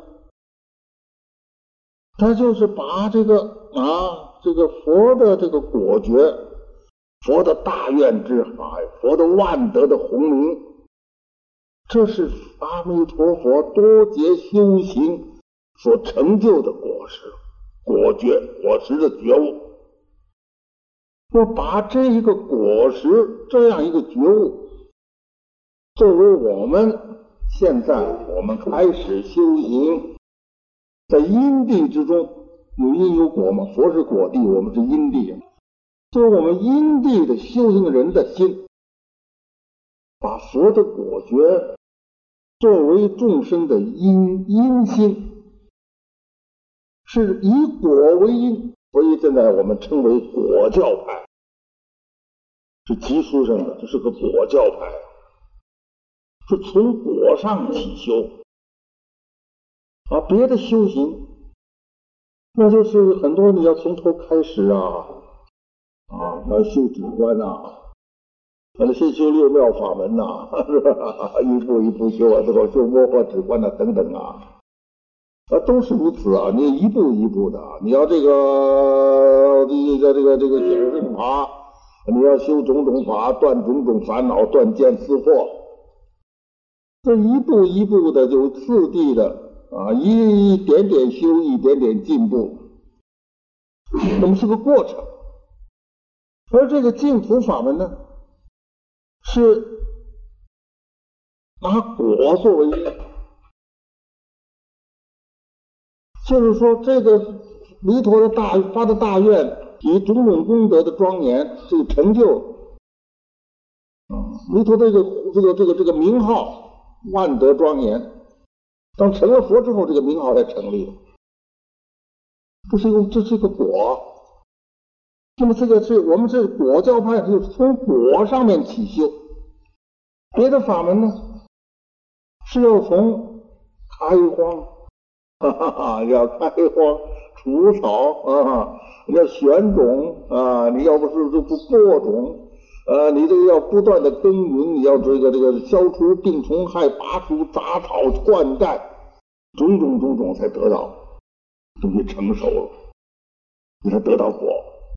他就是把这个啊，这个佛的这个果觉。佛的大愿之海，佛的万德的宏名，这是阿弥陀佛多劫修行所成就的果实，果觉，果实的觉悟。要把这一个果实，这样一个觉悟，作为我们现在我们开始修行，在因地之中有因有果嘛，佛是果地，我们是因地。就是我们因地的修行人的心，把佛的果觉作为众生的因因心，是以果为因，所以现在我们称为果教派，是极殊胜的，这是个果教派，是从果上起修啊，别的修行那就是很多你要从头开始啊。啊，要修止观呐、啊，那先修六妙法门呐、啊，是吧？一步一步修啊，最后修摸惑止观呐、啊，等等啊，啊，都是如此啊。你一步一步的，你要这个这个这个这个显圣法，你要修种种法，断种种烦恼，断见思惑，这一步一步的就次第的啊，一点点修，一点点进步，那么是个过程。而这个净土法门呢，是拿果作为因，就是说这个弥陀的大发的大愿，以种种功德的庄严，这个成就，弥陀这个这个这个这个名号万德庄严，当成了佛之后，这个名号才成立，这是一个这是一个果。那么这个是我们是果教派，就是从果上面起修，别的法门呢是要从开荒，哈哈哈，要开荒除草啊，要选种啊，你要不是就不播种， 呃，你这个要不断的耕耘，你要这个这个消除病虫害，拔除杂草，灌溉，种种种种才得到东西成熟了，你才得到果。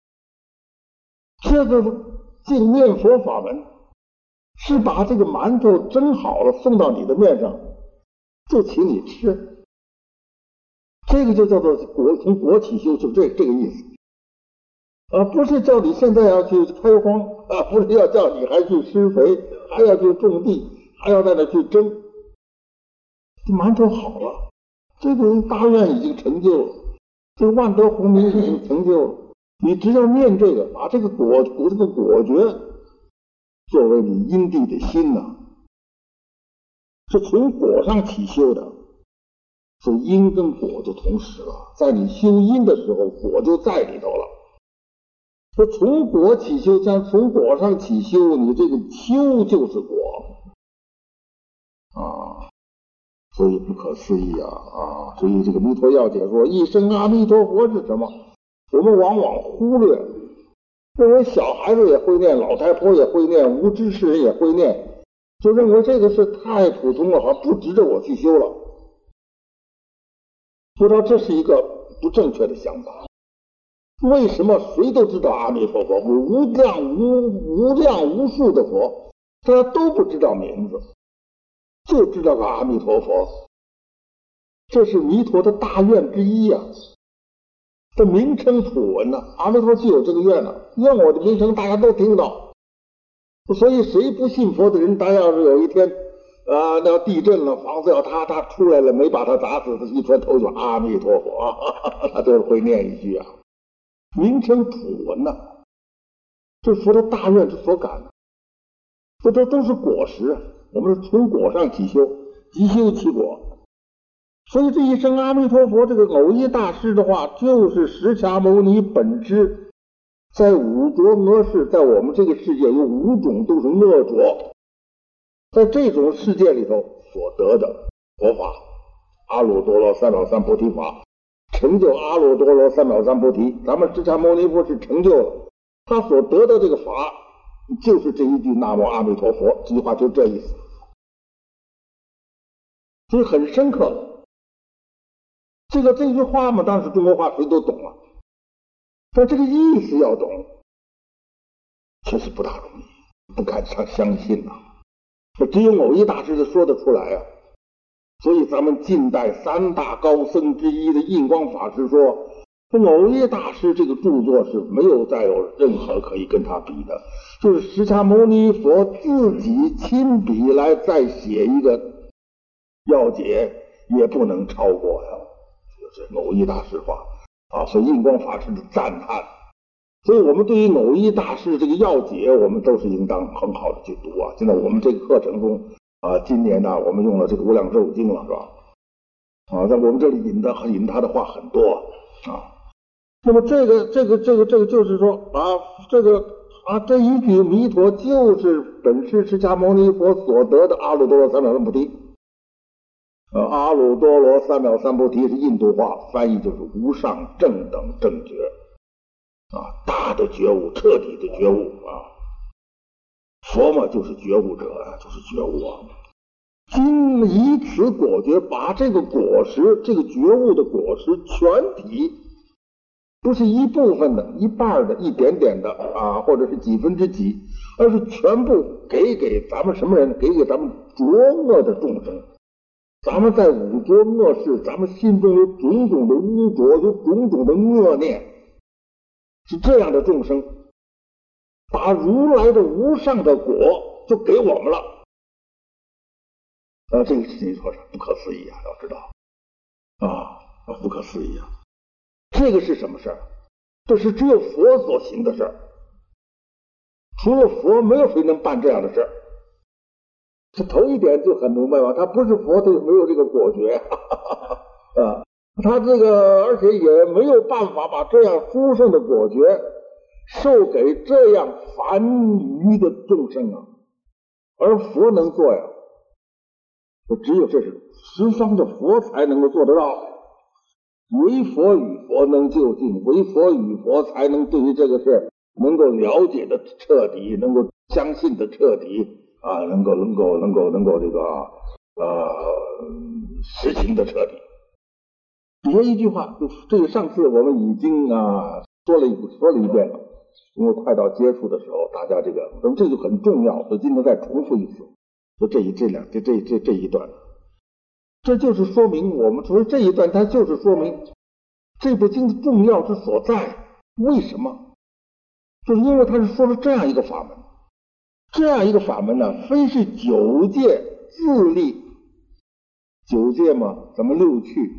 这个净念佛法门是把这个馒头蒸好了送到你的面上，就请你吃，这个就叫做果，从果起修，就这这个意思。啊，不是叫你现在要去开荒啊，不是要叫你还去施肥，还要去种地，还要在那去蒸。这馒头好了，这个大愿已经成就了，这个万德洪名已经成就了。你只要念这个，把这个果果这个果觉作为你因地的心呐、啊，是从果上起修的，所以因跟果就同时了。在你修因的时候，果就在里头了。说从果起修，像从果上起修，你这个修就是果啊，所以不可思议啊啊！所以这个弥陀要解说一声阿弥陀佛是什么？我们往往忽略，认为小孩子也会念，老太婆也会念，无知识人也会念，就认为这个是太普通了，好像不值得我去修了。不知道这是一个不正确的想法。为什么谁都知道阿弥陀佛，无量无无量无数的佛，大家都不知道名字，就知道个阿弥陀佛，这是弥陀的大愿之一呀、啊。这名称普闻呢、啊，阿弥陀就有这个愿呢、啊，愿我的名称大家都听到。所以谁不信佛的人，他要是有一天啊，那地震了，房子要塌，他出来了，没把他砸死，他一转头就阿弥陀佛，他就是会念一句啊。名称普闻呐、啊，这佛的大愿之所感，这都都是果实，我们是从果上起修，即修其果。所以这一声阿弥陀佛，这个耦一大师的话，就是释迦牟尼本知，在五浊恶世，在我们这个世界有五种都是恶浊，在这种世界里头所得的佛法，阿耨多罗三藐三菩提法。成就阿耨多罗三藐三菩提，咱们释迦牟尼佛是成就了，他所得的这个法，就是这一句南无阿弥陀佛，这句话就这意思，所以很深刻。这个这句话嘛，当然是中国话，谁都懂了，但这个意思要懂，确实不大容易，不敢相相信呐、啊。只有耦一大师说得出来啊。所以咱们近代三大高僧之一的印光法师说，耦一大师这个著作是没有再有任何可以跟他比的，就是释迦牟尼佛自己亲笔来再写一个要解，也不能超过呀。这是耦一大师话啊，所以印光法师的赞叹。所以我们对于耦一大师这个要解，我们都是应当很好的去读啊。现在我们这个课程中。啊，今年呢，我们用了这个无量寿经了，是吧？啊，在我们这里引的引他的话很多啊。那么这个这个这个这个就是说啊，这个啊这一句弥陀就是本师释迦牟尼佛所得的阿耨多罗三藐三菩提。呃，阿耨多罗三藐三菩提是印度话，翻译就是无上正等正觉啊，大的觉悟，彻底的觉悟啊。佛嘛，就是觉悟者啊，就是觉悟啊。今以此果觉，把这个果实，这个觉悟的果实全体，不是一部分的、一半的、一点点的啊，或者是几分之几，而是全部给给咱们什么人？给给咱们浊恶的众生。咱们在五浊恶世，咱们心中有种种的污浊，有种种的恶念，是这样的众生。把如来的无上的果就给我们了，啊，这个事情说是不可思议啊，要知道啊，不可思议啊！这个是什么事儿？这是只有佛所行的事儿，除了佛，没有谁能办这样的事儿。这头一点就很明白吧？他不是佛，他就没有这个果觉啊，他这个而且也没有办法把这样殊胜的果觉授给这样凡愚的众生啊，而佛能做呀，只有这是十方的佛才能够做得到。唯佛与佛能就近，唯佛与佛才能对于这个事能够了解的彻底，能够相信的彻底啊，能够能够能够能够这个呃实行的彻底。底下一句话，就这个上次我们已经啊说了一说了一遍了，因为快到结束的时候，大家这个，那么这就很重要，所以今天再重复一次，说这一这两这这这这一段，这就是说明我们说这一段，它就是说明这部经的重要之所在。为什么？就是因为它是说了这样一个法门，这样一个法门呢，非是九界自立，九界嘛，咱们六趣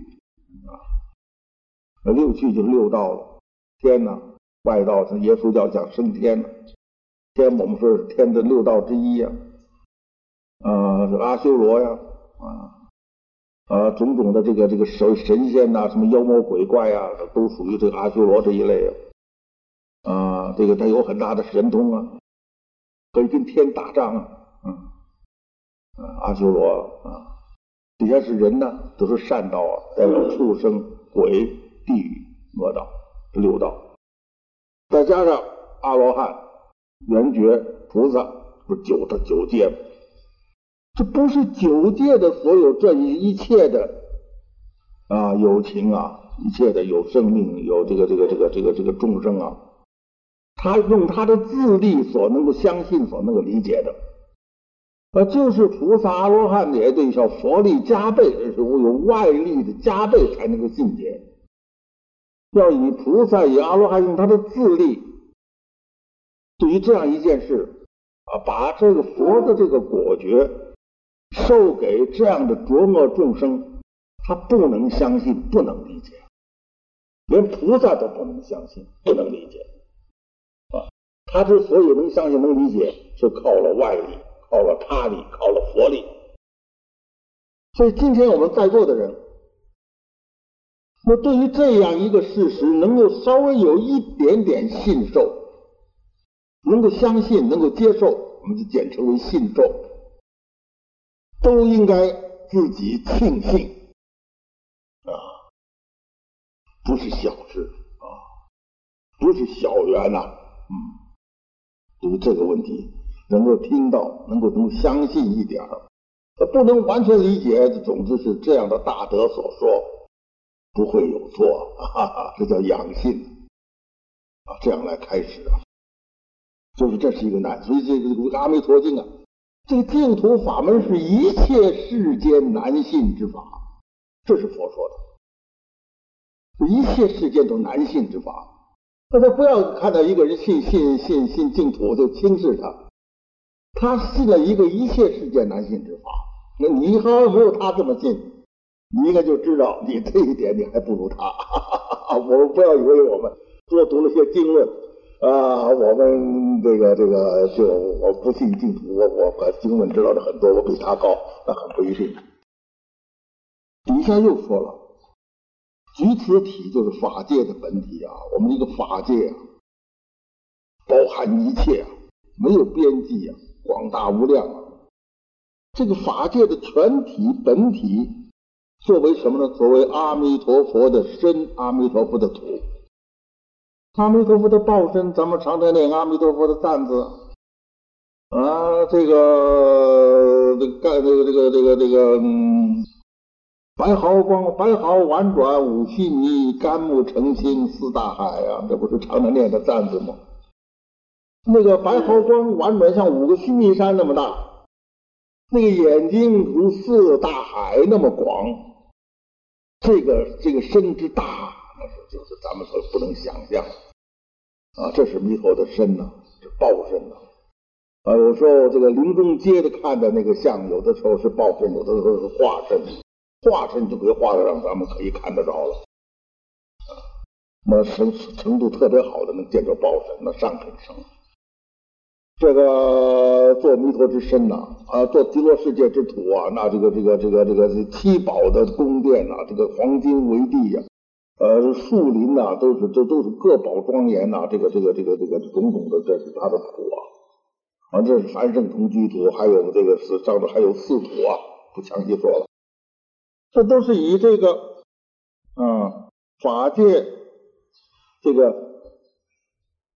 啊，六趣就是六道了，天呐，外道是耶稣教讲升天了，天我们说是天的六道之一呀、啊，啊，是阿修罗呀，啊。啊，种种的这个这个神神仙呐、啊，什么妖魔鬼怪啊，都属于这个阿修罗这一类啊。啊，这个他有很大的神通啊，可以跟天打仗啊。嗯，啊，阿修罗啊，底下是人呢，都是善道啊，再有畜生、鬼、地狱、魔道这六道，再加上阿罗汉、圆觉、菩萨，不是九的九界吗？这不是九界的所有这一切的啊有情啊，一切的有生命，有这个这个这个这个这个众生啊，他用他的自力所能够相信、所能够理解的，啊，就是菩萨、阿罗汉也得要佛力加倍，是有外力的加倍才能够信解。要以菩萨、以阿罗汉用他的自力，对于这样一件事啊，把这个佛的这个果觉授给这样的浊恶众生，他不能相信，不能理解，连菩萨都不能相信，不能理解啊！他之所以能相信、能理解，是靠了外力，靠了他力，靠了佛力。所以今天我们在座的人，那对于这样一个事实，能够稍微有一点点信受，能够相信，能够接受，我们就简称为信受。都应该自己庆幸啊，不是小事啊，不是小缘呐、啊。嗯，对于这个问题，能够听到，能够能够相信一点儿，不能完全理解，总之是这样的大德所说，不会有错，哈哈，这叫养信啊，这样来开始啊，就是这是一个难，所以这个这个阿弥陀经啊。这个净土法门是一切世间难信之法，这是佛说的。一切世间都难信之法，大家不要看到一个人信信信信净土就轻视他，他信了一个一切世间难信之法，那你好像没有他这么信，你应该就知道你这一点你还不如他。我们不要以为我们多读了些经论。啊，我们这个这个就我不信净土，我我和经文知道的很多，我比他高，那很不一定。底下又说了，举此体就是法界的本体啊，我们一个法界啊，包含一切啊，没有边际啊，广大无量啊。这个法界的全体本体，作为什么呢？作为阿弥陀佛的身，阿弥陀佛的土。阿弥陀佛的报身，咱们常常念阿弥陀佛的赞字啊，这个这个干这个这个这个这个嗯，白毫光白毫婉转五须弥，甘木澄清四大海啊，这不是常常念的赞字吗？那个白毫光婉转像五个须弥山那么大，那个眼睛如四大海那么广，这个这个身之大，那是就是咱们所不能想象啊！这是弥陀的身呐、啊，是报身呐、啊。啊，有时候这个临终接着看的那个像，有的时候是报身，有的时候是化身，化身就可以化得让咱们可以看得着了。啊，那程程度特别好的能见着报身，那上品生。这个做弥陀之身呐、啊，啊，做极乐世界之土啊，那这个这个这个这个七宝的宫殿呐、啊，这个黄金为地呀、啊，呃，树林呐、啊，都是这都是各宝庄严呐、啊，这个这个这个这个种种的，这是他的土啊，啊，这是凡圣同居土，还有这个是上头还有四土啊，不详细说了，这都是以这个啊法界这个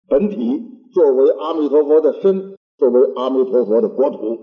本体，作为阿弥陀佛的身，作为阿弥陀佛的国土，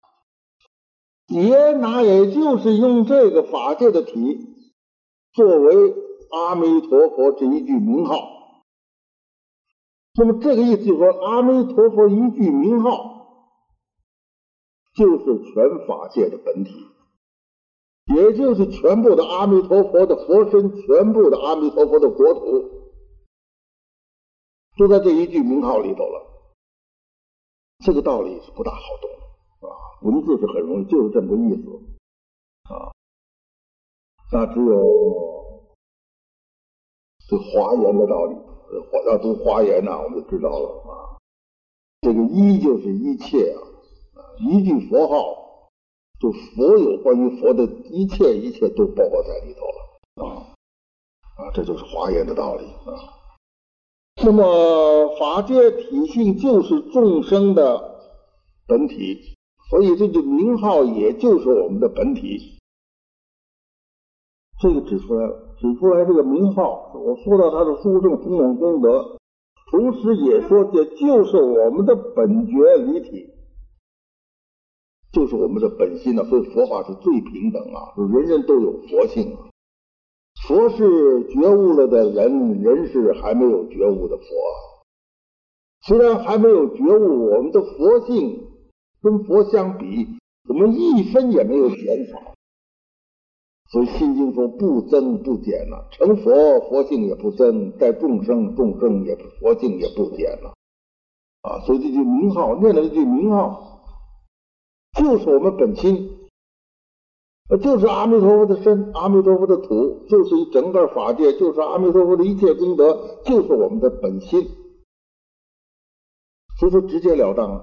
也那也就是用这个法界的体作为阿弥陀佛这一句名号。那么这个意思就是说，阿弥陀佛一句名号就是全法界的本体，也就是全部的阿弥陀佛的佛身，全部的阿弥陀佛的国土都在这一句名号里头了。这个道理是不大好懂啊，文字是很容易，就是这么个意思啊。那只有这华严的道理，要读华严呐、啊，我们就知道了啊。这个一就是一切啊，一句佛号，就佛有关于佛的一切一切都包括在里头了啊啊，这就是华严的道理啊。那么法界体性就是众生的本体，所以这句名号也就是我们的本体。这个指出来了，指出来这个名号，我说到它的殊胜种种功德，同时也说这就是我们的本觉离体，就是我们的本心呢、啊。所以佛法是最平等啊，人人都有佛性啊。佛是觉悟了的人，人是还没有觉悟的佛。虽然还没有觉悟，我们的佛性跟佛相比，我们一分也没有减少。所以心经说不增不减了，成佛佛性也不增，在众生众生也佛性也不减了啊。所以这句名号，念了这句名号，就是我们本心。就是阿弥陀佛的身，阿弥陀佛的土，就是一整个法界，就是阿弥陀佛的一切功德，就是我们的本心。所以说直截了当。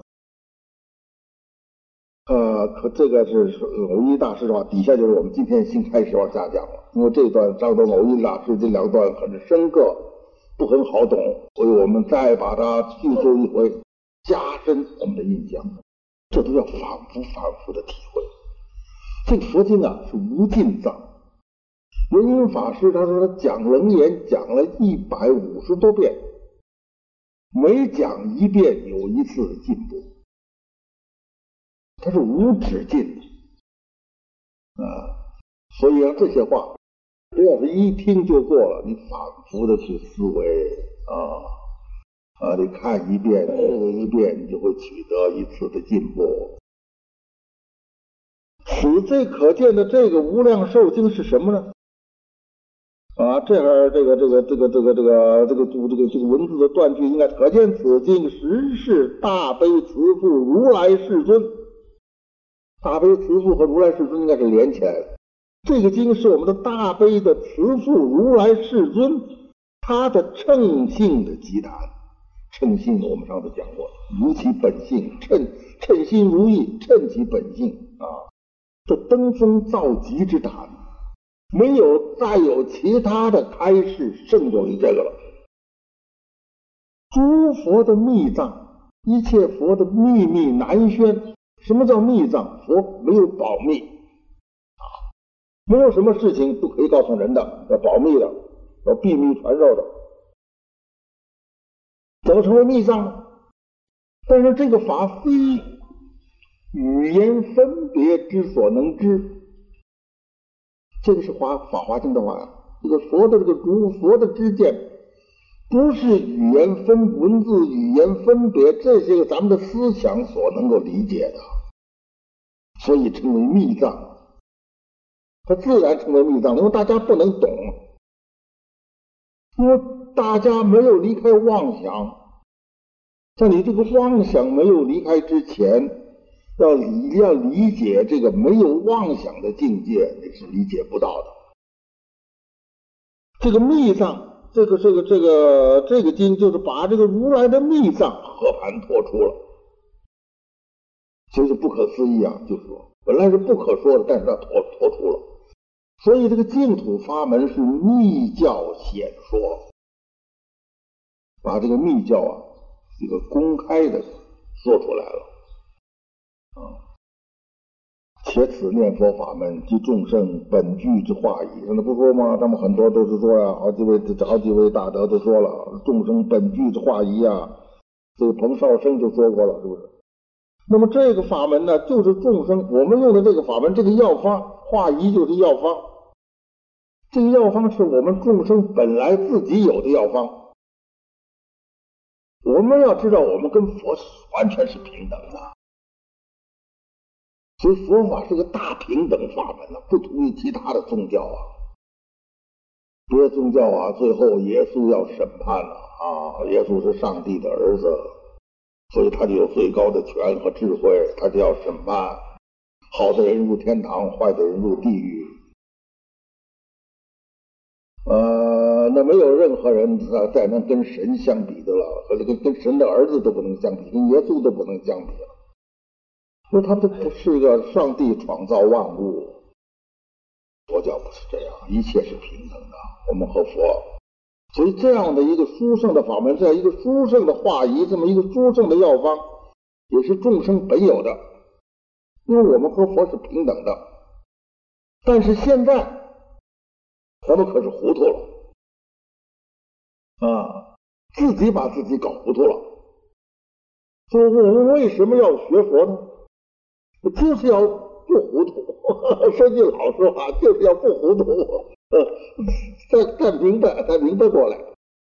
呃，可这个是偶一大师的话，底下就是我们今天新开始往下讲了。因为这段上段偶一大师这两段很深刻，不很好懂，所以我们再把它叙述一回，加深我们的印象。这都要反复反复的体会。这个佛经啊是无尽藏，圆音法师他说他讲楞严讲了一百五十多遍，每讲一遍有一次的进步，它是无止境的啊。所以啊这些话不要是一听就过了，你反复的去思维啊啊，你看一遍思维一遍，你就会取得一次的进步。此最可见的这个无量寿经是什么呢？啊，这儿这个这个这个这个这个这个这个这个文字的断句应该可见此经实是大悲慈父如来世尊。大悲慈父和如来世尊应该是连起来的。这个经是我们的大悲的慈父如来世尊他的称性的集谈。称性我们上次讲过，如其本性，称称心如意，称其本性啊。这登峰造极之谈，没有再有其他的开示胜过于这个了。诸佛的密藏，一切佛的秘密难宣。什么叫密藏？佛没有保密啊，没有什么事情不可以告诉人的，要保密的，要秘密传授的。怎么成为密藏？但是这个法非语言分别之所能知，这个是华法华经的话，这个佛的这个诸佛的知见，不是语言分文字语言分别这些个咱们的思想所能够理解的，所以称为密藏。它自然成为密藏，因为大家不能懂，因为大家没有离开妄想。在你这个妄想没有离开之前，要理要理解这个没有妄想的境界，你是理解不到的。这个密藏，这个这个这个这个经就是把这个如来的密藏和盘托出了，就是不可思议啊！就是说，本来是不可说的，但是它托托出了。所以这个净土法门是密教显说，把这个密教啊，这个公开的说出来了。啊，其且此念佛法门即众生本具之化矣。那不说吗？他们很多都是说啊，好几位好几位大德都说了，众生本具之化矣啊。这个彭绍生就说过了，是不是？那么这个法门呢，就是众生我们用的这个法门，这个药方化仪就是药方，这个药方是我们众生本来自己有的药方。我们要知道，我们跟佛完全是平等的。所以佛法是个大平等法门啊，不同于其他的宗教啊。别的宗教啊，最后耶稣要审判了啊，耶稣是上帝的儿子，所以他就有最高的权和智慧，他就要审判，好的人入天堂，坏的人入地狱。呃，那没有任何人再能跟神相比的了，和这个跟神的儿子都不能相比，跟耶稣都不能相比了。说他这不是个上帝创造万物，佛教不是这样，一切是平等的，我们和佛。所以这样的一个殊胜的法门，这样一个殊胜的化仪，这么一个殊胜的药方，也是众生本有的，因为我们和佛是平等的。但是现在我们可是糊涂了啊，自己把自己搞糊涂了。说我们为什么要学佛呢？就是要不糊涂，说句老实话，就是要不糊涂，呃，再再明白，再明白过来，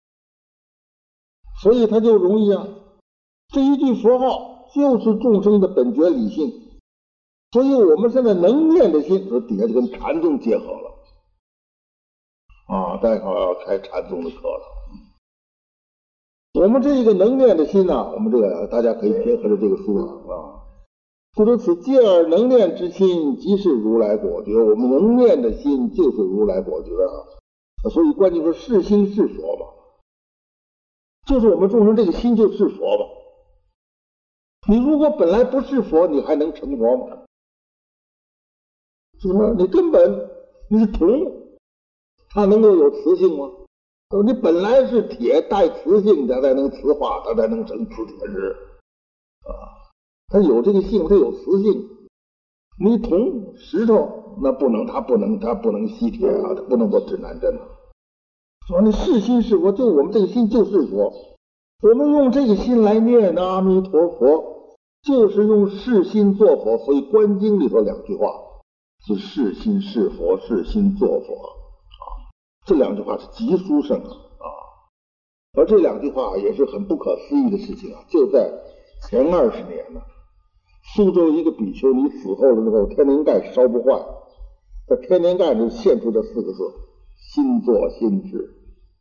所以他就容易啊。这一句佛号就是众生的本觉理性，所以我们现在能念的心，说底下就跟禅宗结合了啊，待会儿要开禅宗的课了。我们这个能念的心呢、啊，我们这个大家可以结合着这个书啊。故知此戒而能念之心，即是如来果觉。我们能念的心就是如来果觉啊。所以关键说是心是佛嘛，就是我们众生这个心就是佛嘛。你如果本来不是佛，你还能成佛吗？是不是？你根本你是铜，它能够有磁性吗？你本来是铁带磁性，它才能磁化，它才能成磁铁石啊。它有这个性，它有磁性。你铜石头那不能，它不能，它不能吸铁啊，它不能做指南针啊。说你是心是佛，就我们这个心就是佛。我们用这个心来念阿弥陀佛，就是用是心做佛。所以《观经》里头两句话是是心是佛，是心做佛啊。这两句话是极殊胜啊。而这两句话也是很不可思议的事情啊，就在前二十年呢。苏州一个比丘尼死后了之后，天灵盖烧不坏，在天灵盖就现出这四个字：心作心事。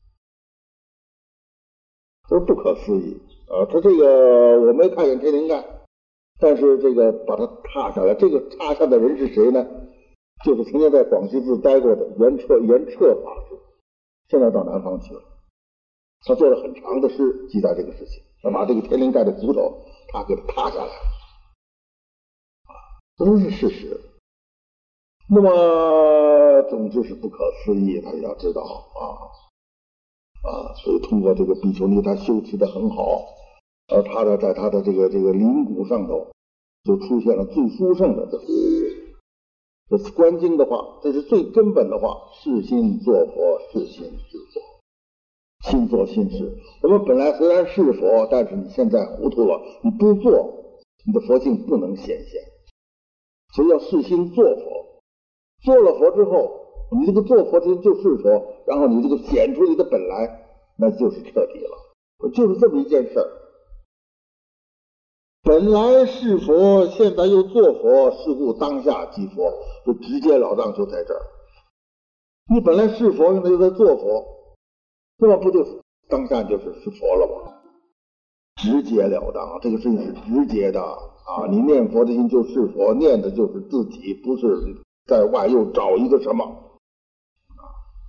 这不可思议啊！他这个我没看见天灵盖，但是这个把它踏下来，这个踏下的人是谁呢？就是曾经在广西寺待过的圆彻圆彻法师，现在到南方去了。他做了很长的诗记载这个事情，他把这个天灵盖的骨头他给它踏下来了。这都是事实。那么总之是不可思议，大家要知道啊啊！所以通过这个比丘尼，他修持的很好，而他的在他的这个这个灵骨上头就出现了最殊胜的这这是观经的话，这是最根本的话：是心作佛，是心是佛，心作心事。我们本来虽然是佛，但是你现在糊涂了，你不做，你的佛性不能显现。所以要是心做佛，做了佛之后，你这个做佛之就是佛，然后你这个显出你的本来，那就是彻底了，就是这么一件事儿。本来是佛，现在又做佛，是故当下即佛，就直截了当就在这儿。你本来是佛，现在又在做佛，那么不就当下就是是佛了吗？直截了当，这个事情是直接的。啊，你念佛的心就是佛，念的就是自己，不是在外又找一个什么啊，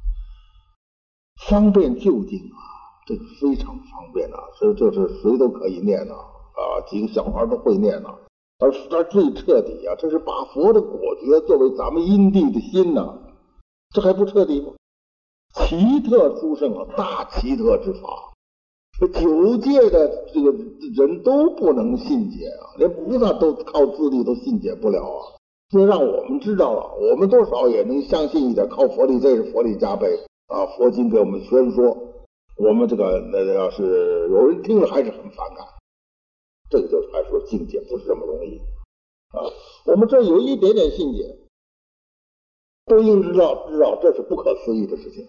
方便就近啊，这个非常方便啊，所以这是谁都可以念啊，啊，几个小孩都会念啊，而而最彻底啊，这是把佛的果觉作为咱们因地的心呐、啊，这还不彻底吗？奇特殊胜啊，大奇特之法。九界的这个人都不能信解啊，连菩萨都靠自力都信解不了啊！ 这让我们知道了，我们多少也能相信一点，靠佛力，这是佛力加倍啊！佛经给我们宣说，我们这个那要是有人听了还是很反感，这个就还说境界不是这么容易啊！我们这有一点点信解，都应知道知道这是不可思议的事情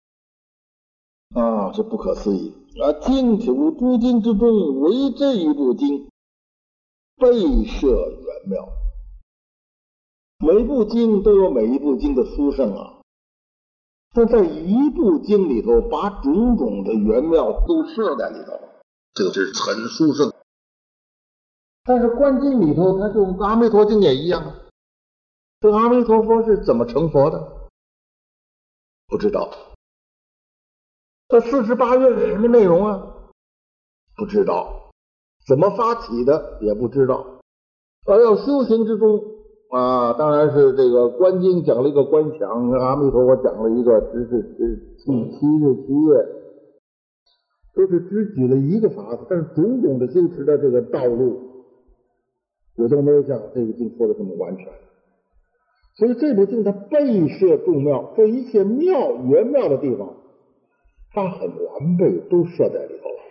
啊，这不可思议啊！净土诸经之中，唯这一部经备设圆妙。每部经都有每一部经的殊胜啊，但在一部经里头把种种的圆妙都设在里头，这个是很殊胜。但是观经里头，它就阿弥陀经也一样啊。这阿弥陀佛是怎么成佛的？不知道。这四十八愿是什么内容啊？不知道。怎么发起的？也不知道。而要修行之中啊，当然是这个观经讲了一个观想，阿弥陀佛讲了一个只是只七七日七月，都是只举了一个法子，但是种种的修持的这个道路，也都没有像这个经说的这么完全。所以这部经它备设众妙，这一切妙圆妙的地方，它很完备，都设在里头了。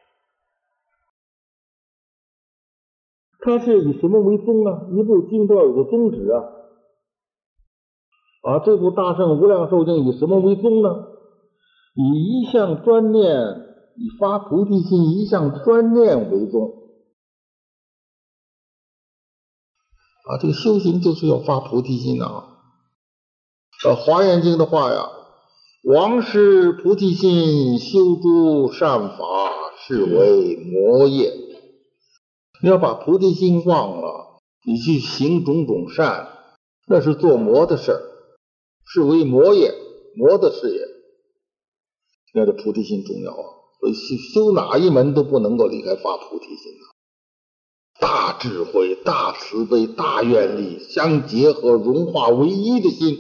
它是以什么为宗呢？一部经都要有个宗旨啊！啊，这部大圣无量寿经以什么为宗呢？以一向专念，以发菩提心一向专念为宗。啊，这个修行就是要发菩提心啊！呃，《华严经》的话呀，王师菩提心，修诸善法，是为魔业。你要把菩提心忘了，你去行种种善，那是做魔的事儿，是为魔业，魔的事业。那这菩提心重要啊，所以修哪一门都不能够离开发菩提心啊。大智慧、大慈悲、大愿力相结合，融化为一的心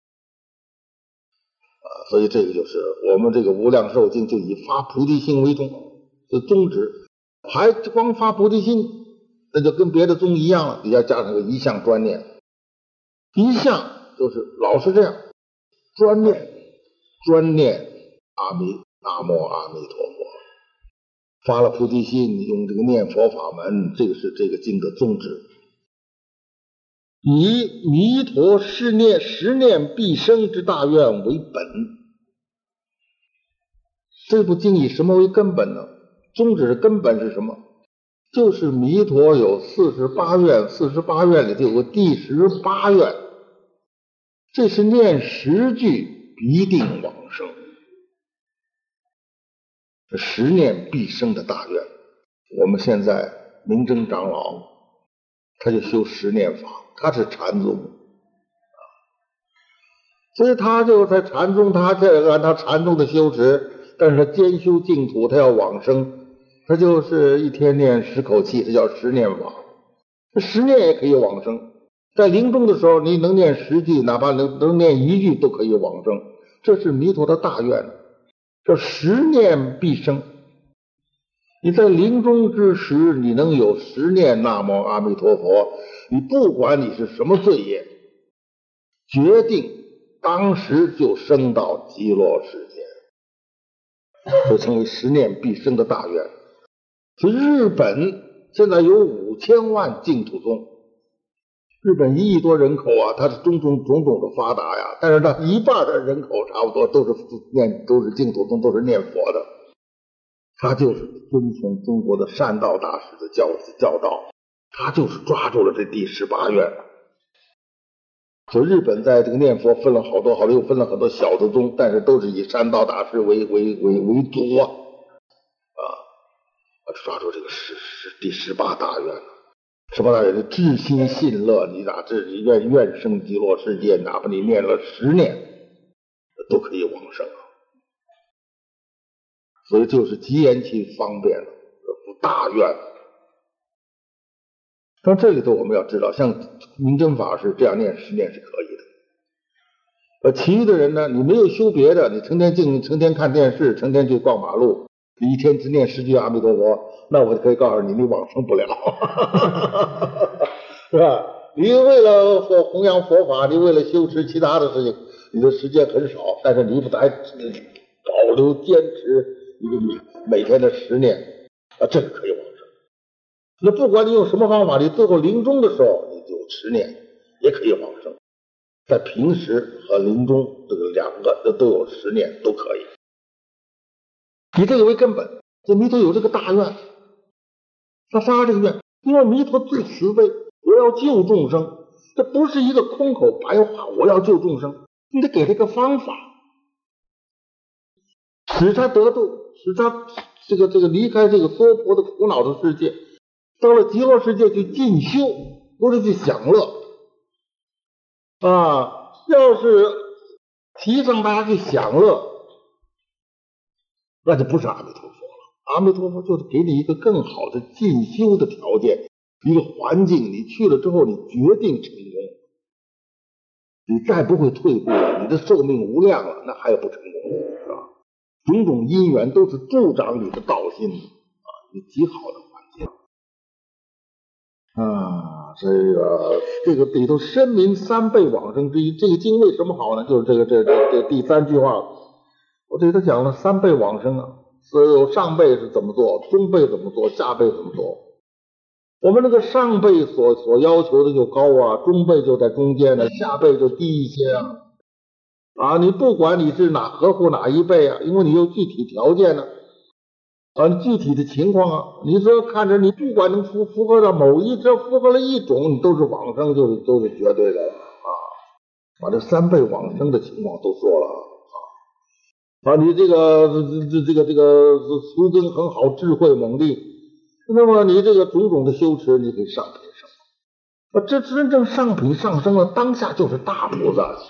啊，所以这个就是我们这个无量寿经就以发菩提心为宗的宗旨。还光发菩提心，那就跟别的宗一样了，底下加上个一向专念。一向就是老是这样专念，专念阿弥南无阿弥陀佛，发了菩提心，用这个念佛法门，这个是这个经的宗旨。以弥陀十念十念必生之大愿为本。这部经以什么为根本呢？宗旨的根本是什么？就是弥陀有四十八愿，四十八愿里头有个第十八愿，这是念十句必定往生，这十念必生的大愿。我们现在明真长老他就修十念法，他是禅宗，所以他就在禅宗，他这个按他禅宗的修持，但是他兼修净土，他要往生，他就是一天念十口气，这叫十念法。十念也可以往生，在临终的时候你能念十句，哪怕能能念一句都可以往生，这是弥陀的大愿，这十念必生。你在临终之时，你能有十念南无阿弥陀佛，你不管你是什么罪业，决定当时就升到极乐世界，就成为十念必生的大愿。所以日本现在有五千万净土宗，日本一亿多人口啊，它是种种种种的发达呀，但是它一半的人口差不多都是念都是净土宗，都是念佛的。他就是遵从中国的善道大师的教教导，他就是抓住了这第十八愿。所以日本在这个念佛分了好多好多，又分了很多小的宗，但是都是以善道大师为为为为主啊啊！抓住这个十十第十八大愿了。十八大愿是至心信乐，你哪这愿愿生极乐世界，哪怕你念了十年，都可以往生啊。所以就是极言其方便了，大愿。但这里头我们要知道，像明真法师这样念十念是可以的。呃，其余的人呢，你没有修别的，你成天净成天看电视，成天去逛马路，你一天只念十句阿弥陀佛，那我可以告诉你，你往生不了，是吧？ 你为了弘扬佛法，你为了修持其他的事情，你的时间很少，但是你不还保留坚持一个每天的十念啊，这个可以往生。那不管你用什么方法，你最后临终的时候你就十念也可以往生，在平时和临终这个两个都都有十念都可以。以这个为根本，这弥陀有这个大愿，他发这个愿，因为弥陀最慈悲，我要救众生，这不是一个空口白话，我要救众生，你得给他个方法，使他得度，使他这个这个离开这个娑婆的苦恼的世界，到了极乐世界去进修，不是去享乐啊！要是提倡大家去享乐，那就不是阿弥陀佛了。阿弥陀佛就是给你一个更好的进修的条件，一个环境，你去了之后，你决定成功，你再不会退步了，你的寿命无量了，那还有不成功，是吧？种种因缘都是助长你的道心啊，你极好的环境啊。这个这个里头深明三辈往生之一，这个经为什么好呢？就是这个这这这第三句话，我这里头讲了三辈往生啊，所有上辈是怎么做，中辈怎么做，下辈怎么做。我们这个上辈所所要求的就高啊，中辈就在中间呢，下辈就低一些啊。啊，你不管你是哪合乎哪一辈啊，因为你有具体条件呢，啊，具体的情况啊，你说看着你不管能符符合到某一，只要符合了一种，你都是往生，就是都是绝对的啊。把这三辈往生的情况都说了啊。啊，你这个这这个这个俗根很好，智慧猛力，那么你这个种种的修持，你可以上品上升。啊，这真正上品上升了，当下就是大菩萨啊。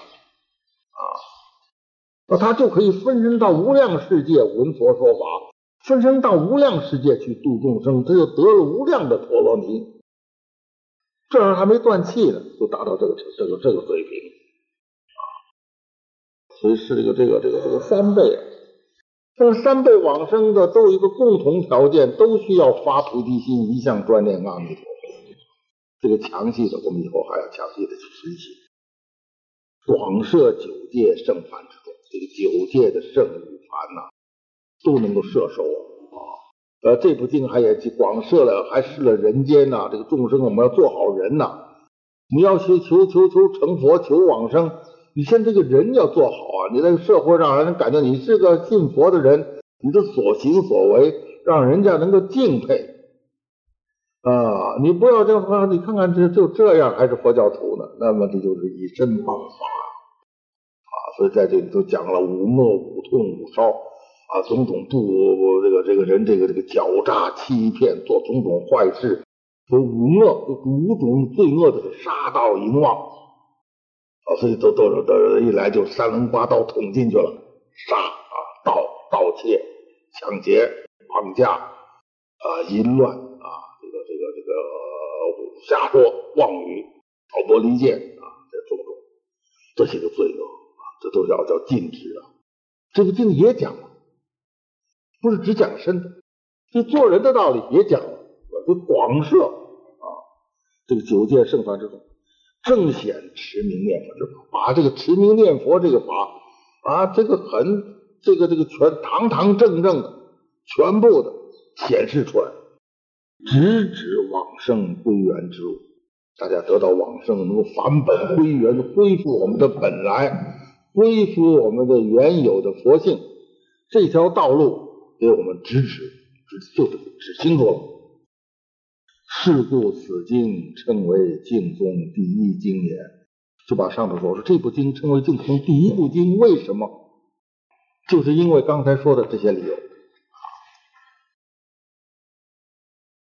那他就可以分身到无量世界闻佛说法，分身到无量世界去度众生，他就得了无量的陀罗尼。这儿还没断气呢，就达到这个这个这个水平啊。所以是这个这个这个这个三辈，这个三辈往生的都有一个共同条件，都需要发菩提心，一向专念阿弥陀佛。这个详细的我们以后还要详细的去分析。广摄九界圣凡之中，这个九界的圣与凡呐、啊，都能够摄受啊。呃，这部经还也广摄了，还示了人间呐、啊，这个众生我们要做好人呐、啊。你要求求求求成佛，求往生，你先这个人要做好啊。你在社会上让人感觉你是个信佛的人，你的所行所为让人家能够敬佩啊。你不要这样说，你看看这就这样还是佛教徒呢，那么这就是以身谤法。所以在这里头讲了五恶五痛五烧啊，种种不这个这个人这个这个狡诈欺骗，做种种坏事，所以五恶五种罪恶的是杀盗淫妄啊，所以都都都一来就三轮刮刀捅进去了，杀啊盗盗窃抢劫绑架啊淫乱啊这个这个这个瞎说妄语挑拨离间啊，这种种这些个罪恶。这都叫叫禁止啊！这个经也讲了，不是只讲身的，这做人的道理也讲了，这广摄啊，这个九界圣凡之中，正显持名念佛之法，把这个持名念佛这个法啊，这个很这个这个全堂堂正正的，全部的显示出来，直指往生归元之路，大家得到往生，能够返本归元，恢复我们的本来。恢复我们的原有的佛性，这条道路给我们指指，就是指清楚了。是故此经称为净宗第一经也。就把上头说说这部经称为净宗第一部经，为什么？就是因为刚才说的这些理由。